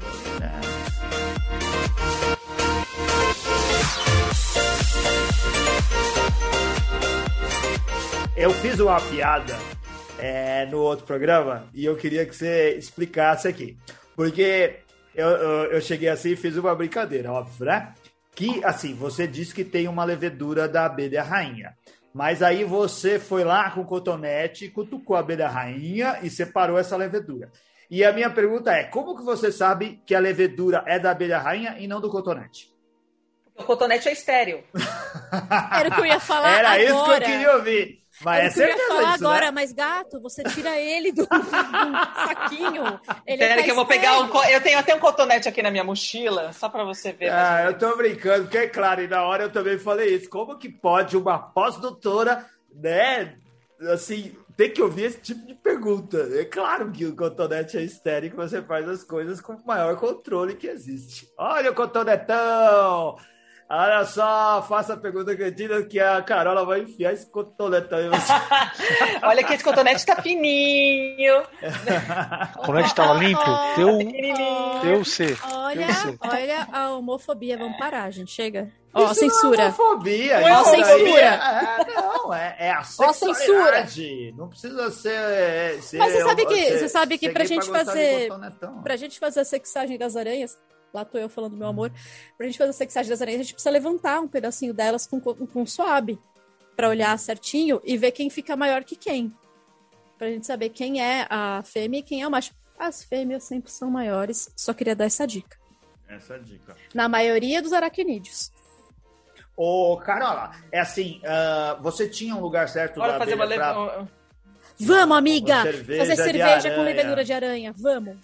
Eu fiz uma piada no outro programa e eu queria que você explicasse aqui. Porque eu cheguei assim e fiz uma brincadeira, óbvio, né? Que, assim, você disse que tem uma levedura da abelha rainha. Mas aí você foi lá com o cotonete, cutucou a abelha rainha e separou essa levedura. E a minha pergunta é, como que você sabe que a levedura é da abelha rainha e não do cotonete? O cotonete é estéril. Era o que eu ia falar Era agora. Isso que eu queria ouvir. Mas eu ia falar isso, agora, né? Mas gato, você tira ele do saquinho. Pera que eu vou pegar eu tenho até um cotonete aqui na minha mochila, só pra você ver. Eu tô brincando, porque é claro, e na hora eu também falei isso. Como que pode uma pós-doutora, né, assim, ter que ouvir esse tipo de pergunta? É claro que o cotonete é estéril, que você faz as coisas com o maior controle que existe. Olha o cotonetão! Olha só, faça a pergunta cretina que a Carola vai enfiar esse cotonetão em você. Olha que esse cotonete tá fininho. O cotonete tava limpo? Teu C. Olha a homofobia. Vamos parar, gente. Chega. Ó, a censura. Não é homofobia. Ó, a censura. É a sexualidade. Não precisa ser Mas você sabe que pra gente fazer a sexagem das aranhas, lá tô eu falando do meu amor, pra gente fazer a sexagem das aranhas, a gente precisa levantar um pedacinho delas com suave, pra olhar certinho e ver quem fica maior que quem. Pra gente saber quem é a fêmea e quem é o macho. As fêmeas sempre são maiores, só queria dar essa dica. Na maioria dos aracnídeos. Ô, Carola, é assim, você tinha um lugar certo da fazer abelha uma Vamos, amiga! Fazer cerveja com levedura de aranha. Vamos.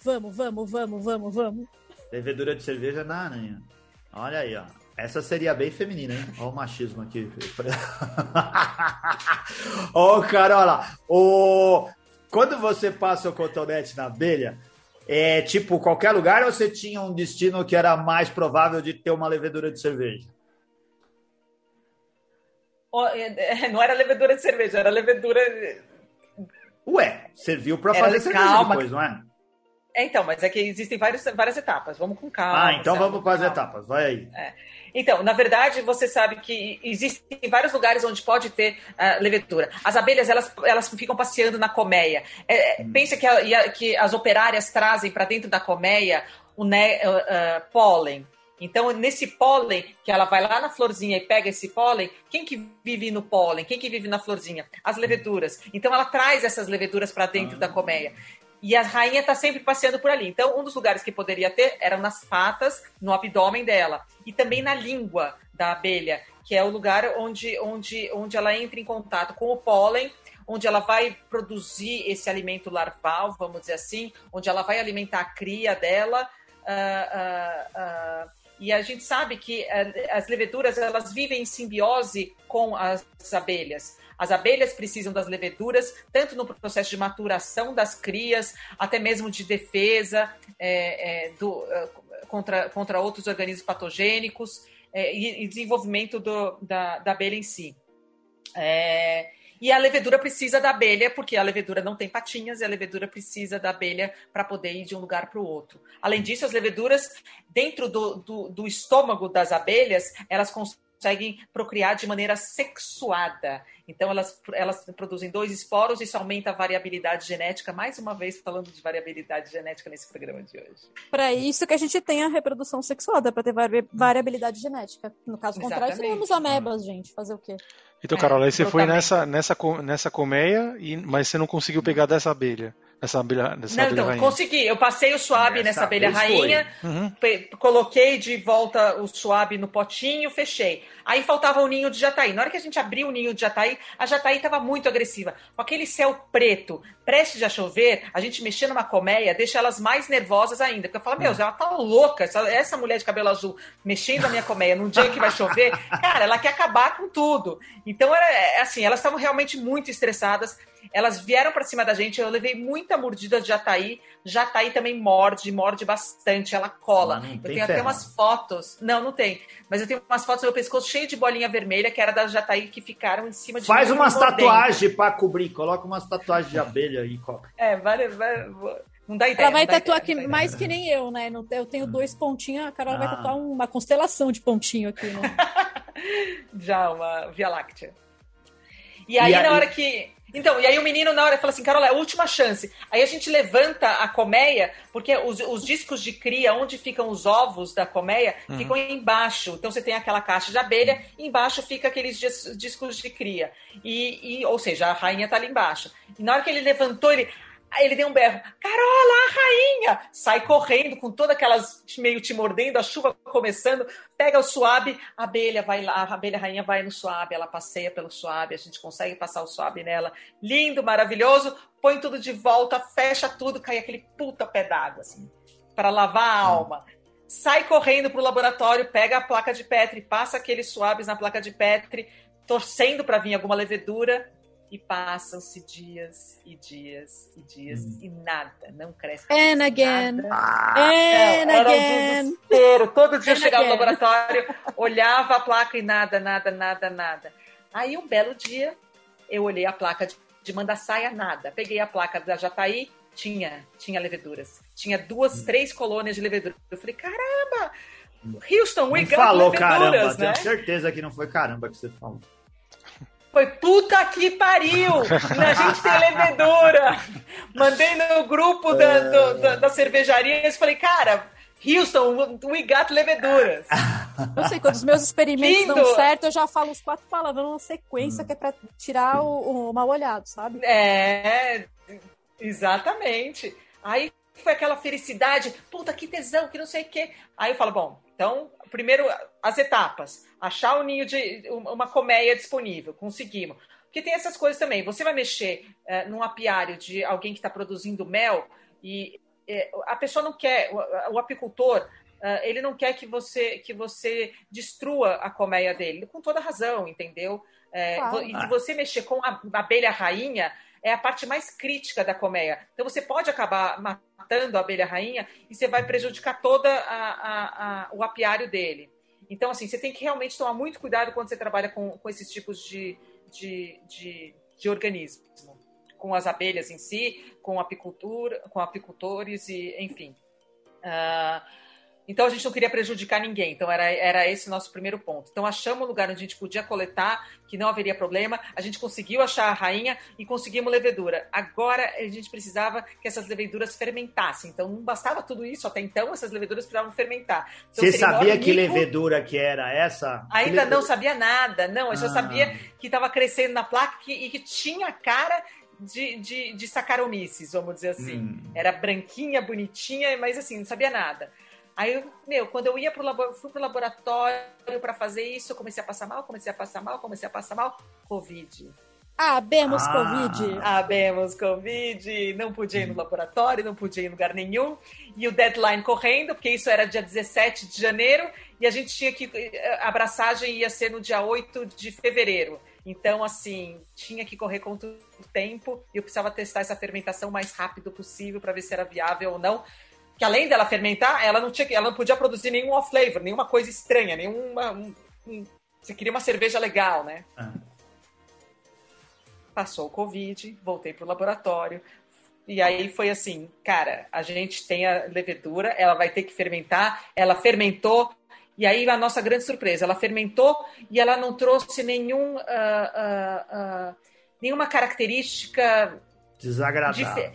Levedura de cerveja na aranha. Olha aí, ó. Essa seria bem feminina, hein? Olha o machismo aqui. Ô, Carola, quando você passa o cotonete na abelha, é tipo qualquer lugar ou você tinha um destino que era mais provável de ter uma levedura de cerveja? Não era levedura de cerveja, era levedura... Ué, serviu pra fazer cerveja depois, não é? Então, mas é que existem várias etapas. Vamos com calma. Então vamos para as etapas. Vai aí. Então, na verdade, você sabe que existem vários lugares onde pode ter levedura. As abelhas, elas ficam passeando na colmeia. Pensa que as operárias trazem para dentro da colmeia o pólen. Então, nesse pólen, que ela vai lá na florzinha e pega esse pólen, quem que vive no pólen? Quem que vive na florzinha? As leveduras. Então, ela traz essas leveduras para dentro da colmeia. E a rainha está sempre passeando por ali. Então, um dos lugares que poderia ter eram nas patas, no abdômen dela. E também na língua da abelha, que é o lugar onde ela entra em contato com o pólen, onde ela vai produzir esse alimento larval, vamos dizer assim, onde ela vai alimentar a cria dela. E a gente sabe que as leveduras, elas vivem em simbiose com as abelhas. As abelhas precisam das leveduras, tanto no processo de maturação das crias, até mesmo de defesa contra outros organismos patogênicos e desenvolvimento da abelha em si. E a levedura precisa da abelha, porque a levedura não tem patinhas e a levedura precisa da abelha para poder ir de um lugar para o outro. Além disso, as leveduras, dentro do estômago das abelhas, elas conseguem procriar de maneira sexuada. Então, elas produzem 2 esporos, isso aumenta a variabilidade genética. Mais uma vez, falando de variabilidade genética nesse programa de hoje. Para isso que a gente tem a reprodução sexuada, para ter variabilidade genética. No caso contrário, seríamos amebas, gente. Fazer o quê? Então, Carola, aí você foi nessa colmeia, mas você não conseguiu pegar dessa abelha. Essa abelha rainha. Consegui. Eu passei o suave nessa abelha rainha, coloquei de volta o suave no potinho, fechei. Aí faltava o ninho de jataí. Na hora que a gente abriu o ninho de jataí, a jataí estava muito agressiva. Com aquele céu preto, prestes a chover, a gente mexer numa colmeia, deixa elas mais nervosas ainda. Porque eu falo, ela tá louca, essa mulher de cabelo azul mexendo na minha colmeia num dia que vai chover, cara, ela quer acabar com tudo. Então, era assim, elas estavam realmente muito estressadas. Elas vieram para cima da gente, eu levei muita mordida de jataí. Jataí também morde bastante, ela cola. Eu tenho até umas fotos. Não tem. Mas eu tenho umas fotos do meu pescoço cheio de bolinha vermelha, que era das jataí que ficaram em cima de mim. Faz umas tatuagens para cobrir, coloca umas tatuagens de abelha aí. Não dá ideia. Ela vai tatuar mais que nem eu, né? Eu tenho 2 pontinhos, a Carol vai tatuar uma constelação de pontinho aqui, né? Já, uma Via Láctea. E aí, na hora que... Então, e aí o menino na hora fala assim, Carol, é a última chance. Aí a gente levanta a colmeia, porque os discos de cria, onde ficam os ovos da colmeia, ficam embaixo. Então você tem aquela caixa de abelha, e embaixo fica aqueles discos de cria. Ou seja, a rainha tá ali embaixo. E na hora que ele levantou, ele deu um berro, Carola, a rainha! Sai correndo com todas aquelas meio te mordendo, a chuva começando, pega o suave, a abelha vai lá, a abelha rainha vai no suave, ela passeia pelo suave, a gente consegue passar o suave nela, lindo, maravilhoso, põe tudo de volta, fecha tudo, cai aquele puta pé d'água, assim, para lavar a alma. Sai correndo pro laboratório, pega a placa de Petri, passa aqueles suaves na placa de Petri, torcendo para vir alguma levedura. E passam-se dias e dias e dias e nada, não cresce. And again. Era um desespero. Todo dia eu chegava no laboratório, olhava a placa e nada. Aí um belo dia, eu olhei a placa de mandaçaia, nada. Peguei a placa da jataí, tinha leveduras. Tinha 2, 3 colônias de levedura. Eu falei, caramba! Houston, we got falou leveduras, caramba, né? Tenho certeza que não foi caramba que você falou. Foi puta que pariu! A gente tem levedura! Mandei no grupo da cervejaria e falei, cara, Houston, we got leveduras. Não sei, quando os meus experimentos dão certo, eu já falo os 4 palavrões na sequência, que é pra tirar o mal olhado, sabe? Exatamente. Aí foi aquela felicidade, puta, que tesão, que não sei o quê. Aí eu falo, bom, então, primeiro as etapas. Achar o ninho de uma colmeia disponível, conseguimos. Porque tem essas coisas também. Você vai mexer num apiário de alguém que está produzindo mel e a pessoa não quer, o apicultor, ele não quer que você destrua a colmeia dele, com toda razão, entendeu? E você mexer com a abelha rainha é a parte mais crítica da colmeia. Então você pode acabar matando a abelha rainha e você vai prejudicar todo o apiário dele. Então, assim, você tem que realmente tomar muito cuidado quando você trabalha com esses tipos de organismo. Com as abelhas em si, com apicultores, e enfim. Então, a gente não queria prejudicar ninguém. Então, era esse o nosso primeiro ponto. Então, achamos um lugar onde a gente podia coletar, que não haveria problema. A gente conseguiu achar a rainha e conseguimos levedura. Agora, a gente precisava que essas leveduras fermentassem. Então, não bastava tudo isso. Até então, essas leveduras precisavam fermentar. Então, você sabia que levedura que era essa? Ainda não sabia nada. Não, eu já sabia que estava crescendo na placa e que tinha cara de Saccharomyces, vamos dizer assim. Era branquinha, bonitinha, mas assim, não sabia nada. Aí, quando eu fui pro laboratório para fazer isso, eu comecei a passar mal, Covid. Habemos Covid. Habemos Covid, não podia ir no laboratório, não podia ir em lugar nenhum, e o deadline correndo, porque isso era dia 17 de janeiro, e a gente tinha que, a abraçagem ia ser no dia 8 de fevereiro. Então, assim, tinha que correr contra o tempo, e eu precisava testar essa fermentação o mais rápido possível para ver se era viável ou não. Que além dela fermentar, ela não podia produzir nenhum off-flavor, nenhuma coisa estranha, você queria uma cerveja legal, né? Passou o Covid, voltei pro laboratório, e aí foi assim, cara, a gente tem a levedura, ela vai ter que fermentar, ela fermentou, e aí a nossa grande surpresa, ela fermentou e ela não trouxe nenhuma característica desagradável.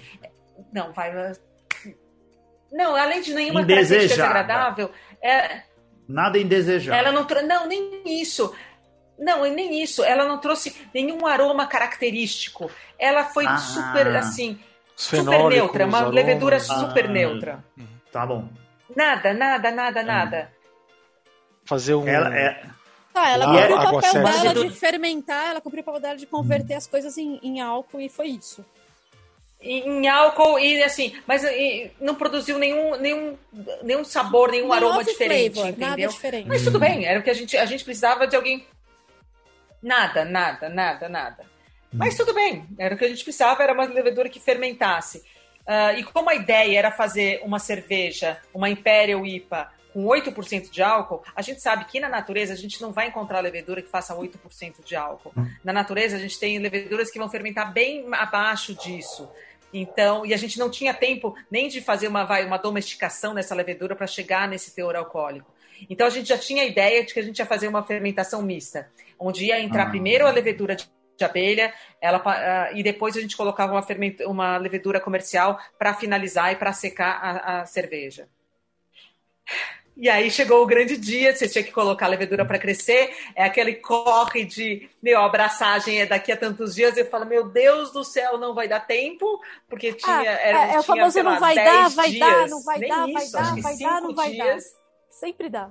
Não, além de nenhuma característica desagradável... Nada indesejável. Ela não Não, nem isso. Não, nem isso. Ela não trouxe nenhum aroma característico. Ela foi super, assim... super neutra, uma levedura super neutra. Tá bom. Nada. Fazer um... Ela cumpriu o papel dela de fermentar, ela cumpriu o papel dela de converter as coisas em álcool e foi isso. Em álcool e assim, mas não produziu nenhum sabor, nenhum aroma diferente, flavor, entendeu? Nada diferente. Mas tudo bem, era o que a gente precisava de alguém. Nada. Mas tudo bem, era o que a gente precisava, era uma levedura que fermentasse. E como a ideia era fazer uma cerveja, uma Imperial IPA com 8% de álcool, a gente sabe que na natureza a gente não vai encontrar levedura que faça 8% de álcool. Na natureza a gente tem leveduras que vão fermentar bem abaixo disso. Então, e a gente não tinha tempo nem de fazer uma domesticação nessa levedura para chegar nesse teor alcoólico. Então a gente já tinha a ideia de que a gente ia fazer uma fermentação mista, onde ia entrar primeiro a levedura de abelha, e depois a gente colocava uma levedura comercial para finalizar e para secar a cerveja. E aí chegou o grande dia, você tinha que colocar a levedura para crescer, é aquele corre de, a abraçagem é daqui a tantos dias, eu falo, meu Deus do céu, não vai dar tempo, porque tinha, o famoso não vai dar, vai dar, não vai dar, vai dar, vai dar, não vai dar. Sempre dá.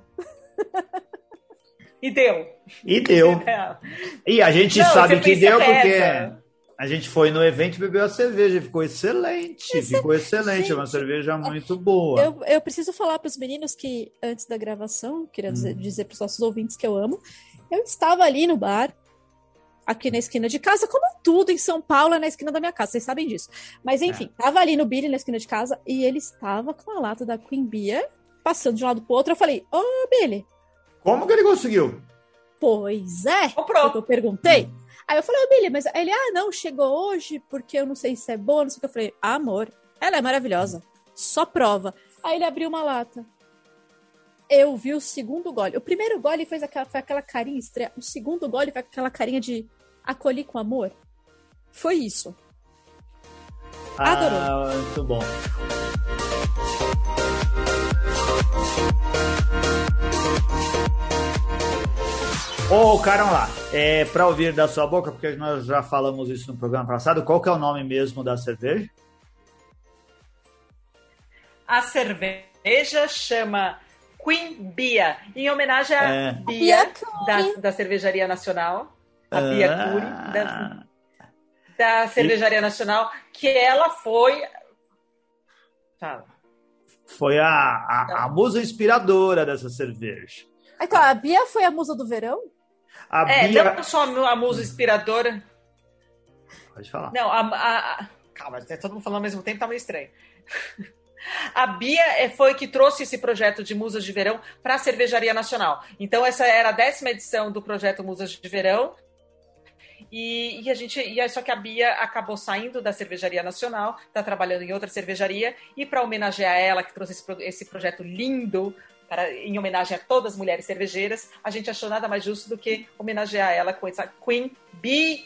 E deu. E a gente sabe que deu porque a gente foi no evento e bebeu a cerveja. Ficou excelente. Gente, é uma cerveja muito boa. Eu preciso falar para os meninos que, antes da gravação, queria dizer para os nossos ouvintes que eu amo, eu estava ali no bar, aqui na esquina de casa, como tudo em São Paulo é na esquina da minha casa, vocês sabem disso. Mas enfim, estava ali no Billy, na esquina de casa, e ele estava com a lata da Queen Beer, passando de um lado pro outro. Eu falei, Billy, como que ele conseguiu? Pois é, eu perguntei. Aí eu falei, Billy, mas ele, não, chegou hoje porque eu não sei se é boa, não sei o que. Eu falei, amor, ela é maravilhosa, só prova. Aí ele abriu uma lata. Eu vi o segundo gole. O primeiro gole foi aquela carinha estranha. O segundo gole foi aquela carinha de acolhi com amor. Foi isso. Adorou. Muito bom. Ô, Carola, para ouvir da sua boca, porque nós já falamos isso no programa passado, qual que é o nome mesmo da cerveja? A cerveja chama Queen Bia, em homenagem à Bia da Cervejaria Nacional, a Bia Cury, da Cervejaria Nacional, que ela foi... Foi a musa inspiradora dessa cerveja. Então, a Bia foi a musa do verão? Não só a musa inspiradora. Pode falar. Não, calma, todo mundo falando ao mesmo tempo, tá meio estranho. A Bia foi que trouxe esse projeto de Musas de Verão para a Cervejaria Nacional. Então, essa era a 10ª edição do projeto Musas de Verão. Só que a Bia acabou saindo da Cervejaria Nacional, está trabalhando em outra cervejaria, e para homenagear ela, que trouxe esse projeto lindo, em homenagem a todas as mulheres cervejeiras, a gente achou nada mais justo do que homenagear ela com essa Queen Bia.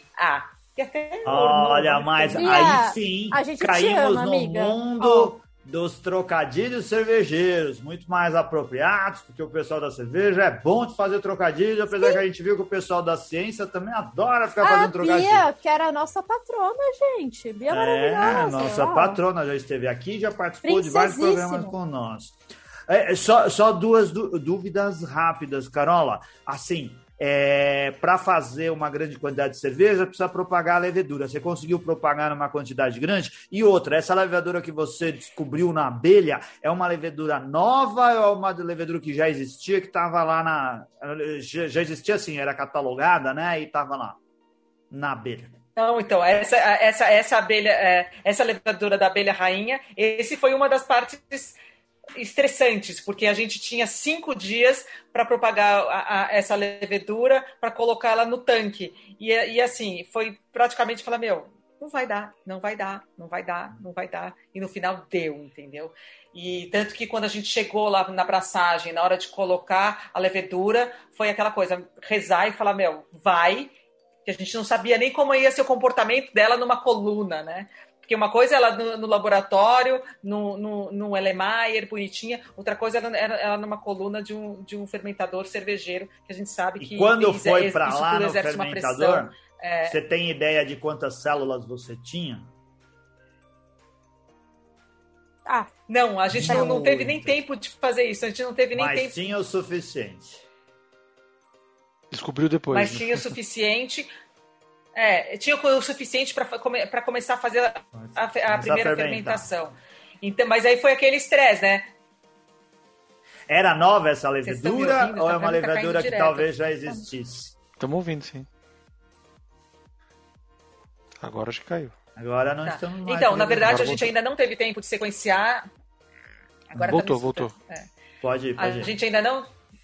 Olha, mas aí sim, caímos no mundo dos trocadilhos cervejeiros, muito mais apropriados, porque o pessoal da cerveja é bom de fazer trocadilho, apesar que a gente viu que o pessoal da ciência também adora ficar fazendo trocadilho. A Bia, que era a nossa patrona, gente. Bia maravilhosa. Nossa patrona já esteve aqui, já participou de vários programas com nós. Só duas dúvidas rápidas, Carola. Assim, para fazer uma grande quantidade de cerveja, precisa propagar a levedura. Você conseguiu propagar numa quantidade grande? E outra, essa levedura que você descobriu na abelha, é uma levedura nova ou é uma levedura que já existia, que estava lá já existia assim, era catalogada, né? E estava lá na abelha. Não, então, essa abelha, essa levedura da abelha rainha, esse foi uma das partes estressantes, porque a gente tinha 5 dias para propagar essa levedura, para colocar ela no tanque. E assim, foi praticamente falar, não vai dar. E no final deu, entendeu? E tanto que quando a gente chegou lá na braçagem, na hora de colocar a levedura, foi aquela coisa, rezar e falar, vai, que a gente não sabia nem como ia ser o comportamento dela numa coluna, né? Porque uma coisa ela no laboratório, no Erlenmeyer, bonitinha. Outra coisa ela numa coluna de um fermentador cervejeiro, que a gente sabe que... E quando foi para lá no fermentador, você tem ideia de quantas células você tinha? Não, a gente não teve nem tempo de fazer isso. A gente não teve nem tempo. Mas tinha o suficiente. Descobriu depois. Mas tinha o suficiente. Tinha o suficiente para começar a fazer a primeira fermentação. Então, mas aí foi aquele estresse, né? Era nova essa levedura ouvindo? ou é uma levedura que talvez já existisse? Estamos ouvindo, sim. Agora acho que caiu. Agora não estamos mais. Então, na verdade, Agora a gente voltou. ainda não teve tempo de sequenciar. Agora Voltou. Pode ir. A gente ainda não.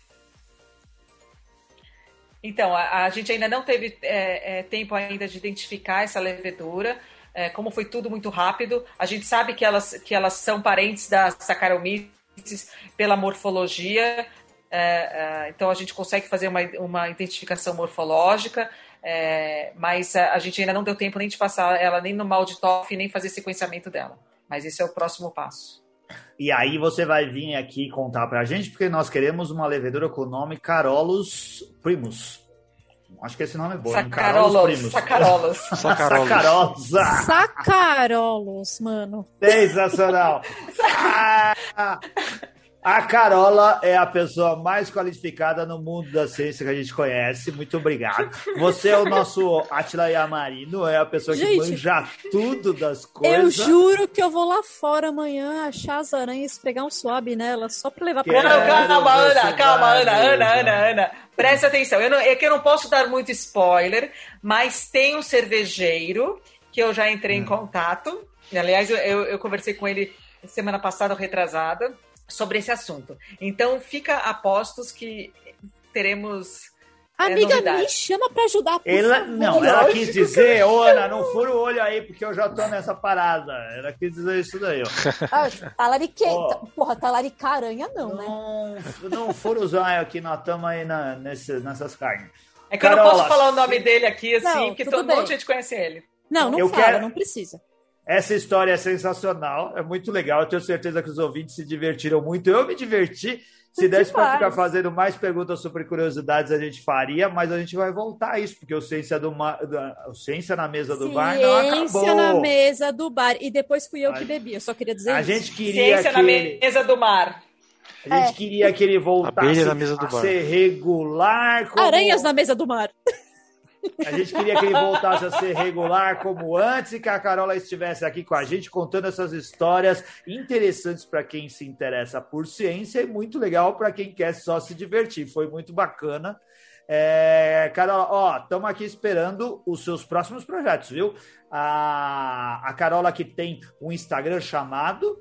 Então, a gente ainda não teve tempo ainda de identificar essa levedura. Como foi tudo muito rápido, a gente sabe que elas são parentes da Saccharomyces pela morfologia. Então, a gente consegue fazer uma identificação morfológica. Mas a gente ainda não deu tempo nem de passar ela nem no Maltitolf, nem fazer sequenciamento dela. Mas esse é o próximo passo. E aí você vai vir aqui contar pra gente, porque nós queremos uma levedura com o nome Carolus Primus. Acho que esse nome é bom. Sacarolos, mano. Sensacional. A Carola é a pessoa mais qualificada no mundo da ciência que a gente conhece. Muito obrigado. Você é o nosso Átila Yamarino, é a pessoa que manja tudo das coisas. Eu juro que eu vou lá fora amanhã achar as aranhas, pegar um suave nela, só pra levar pra Calma, Ana. Presta atenção. É que eu não posso dar muito spoiler, mas tem um cervejeiro que eu já entrei em contato. Aliás, eu conversei com ele semana passada, retrasada, sobre esse assunto. Então, fica a postos que teremos amiga, novidades. me chama pra ajudar. Ela quis dizer, Ana, não fura o olho aí, porque eu já tô nessa parada. Ela quis dizer isso daí, ó. Talarica aranha não, né? Não fura os olhos aqui, nós estamos aí nessas carnes. É que Carola, eu não posso falar o nome dele aqui, assim, porque todo mundo gente conhece ele. Não precisa. Essa história é sensacional, é muito legal. Eu tenho certeza que os ouvintes se divertiram muito. Eu me diverti. Se desse para ficar fazendo mais perguntas sobre curiosidades, a gente faria, mas a gente vai voltar a isso, porque o Ciência na Mesa do Bar não acabou. Ciência na Mesa do Bar. E depois fui eu que bebi, eu só queria dizer isso. A gente queria Ciência na Mesa do Mar. A gente queria que ele voltasse a ser regular. Aranhas na Mesa do Mar. A gente queria que ele voltasse a ser regular como antes e que a Carola estivesse aqui com a gente contando essas histórias interessantes para quem se interessa por ciência e muito legal para quem quer só se divertir. Foi muito bacana. Carola, estamos aqui esperando os seus próximos projetos, viu? A Carola que tem um Instagram chamado...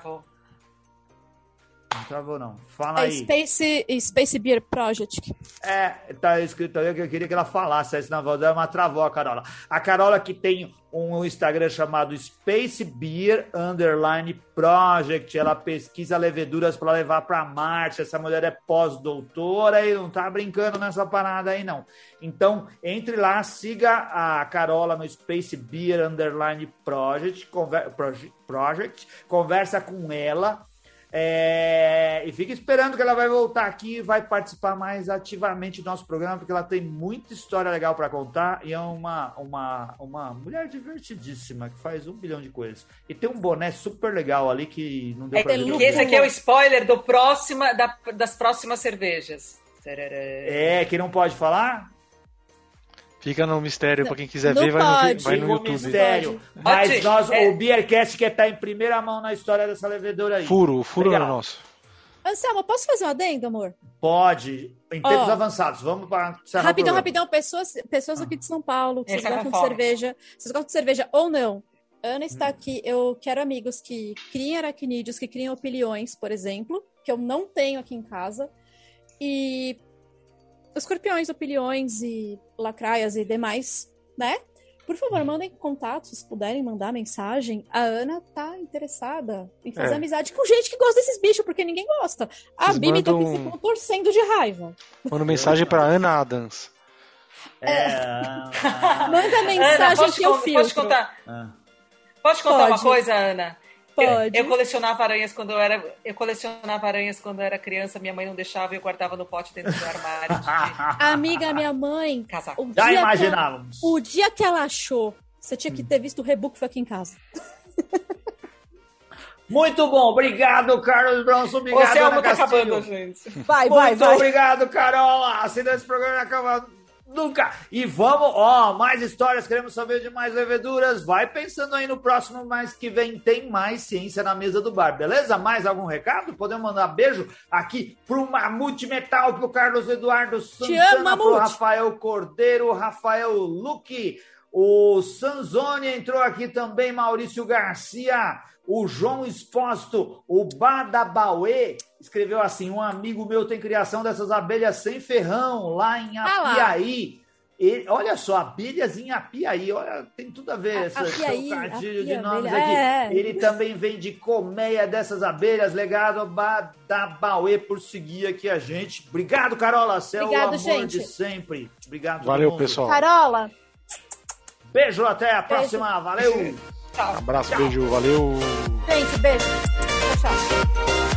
Não travou, não. Fala aí. Space Beer Project. Tá escrito aí que eu queria que ela falasse, aí senão ela travou a Carola. A Carola que tem um Instagram chamado Space Beer _Project. Ela pesquisa leveduras para levar para Marte. Essa mulher é pós-doutora e não tá brincando nessa parada aí, não. Entre lá, siga a Carola no Space Beer _Project. Conversa com ela. E fica esperando que ela vai voltar aqui e vai participar mais ativamente do nosso programa, porque ela tem muita história legal para contar e é uma mulher divertidíssima que faz 1 bilhão de coisas. E tem um boné super legal ali que não deu pra ver. Esse aqui é o spoiler das próximas cervejas. Que não pode falar? Fica no mistério, para quem quiser ver, vai no YouTube. Mistério. Mas o Beercast quer estar em primeira mão na história dessa levedura aí. Furo é nosso. Anselmo, posso fazer um adendo, amor? Pode. Em tempos avançados. Vamos para rapidão. Pessoas aqui de São Paulo, que vocês gostam de cerveja. Vocês gostam de cerveja ou não? Ana está aqui. Eu quero amigos que criem aracnídeos, que criem opiliões, por exemplo, que eu não tenho aqui em casa. E... escorpiões, opiliões e lacraias e demais, né? Por favor, mandem contatos, se puderem mandar mensagem. A Ana tá interessada em fazer amizade com gente que gosta desses bichos, porque ninguém gosta. A Bibi tá aqui se contorcendo de raiva. Manda mensagem pra Ana Adams. Manda mensagem Ana, que eu filtro. Posso te contar uma coisa, Ana? Pode. Eu colecionava aranhas quando eu era criança. Minha mãe não deixava e eu guardava no pote dentro do armário. Amiga, minha mãe. Já imaginávamos. O dia que ela achou, você tinha que ter visto o rebook foi aqui em casa. Muito bom, obrigado, Carlos Bronson. Obrigado, o Selma tá Castilho. acabando, gente. Vai. Muito obrigado, Carola. Senão esse programa não acaba nunca. E vamos, mais histórias, queremos saber de mais leveduras. Vai pensando aí no próximo, mas que vem tem mais ciência na mesa do bar, beleza? Mais algum recado? Podemos mandar beijo aqui pro Mamute Metal, pro Carlos Eduardo Santana, pro Rafael Cordeiro, Rafael Luque, o Sanzoni entrou aqui também, Maurício Garcia, o João Exposto, o Badabauê escreveu assim: um amigo meu tem criação dessas abelhas sem ferrão lá em Apiaí. Olha só, abelhas em Apiaí, olha, tem tudo a ver esse trocadilho de nomes aqui. Ele também vende colmeia dessas abelhas, legado Badabauê por seguir aqui a gente. Obrigado, Carola, você é o amor gente. De sempre. Obrigado, valeu, pessoal. Carola. Beijo, até a próxima. Valeu. Tchau. Abraço, beijo, valeu. Gente, beijo. Tchau.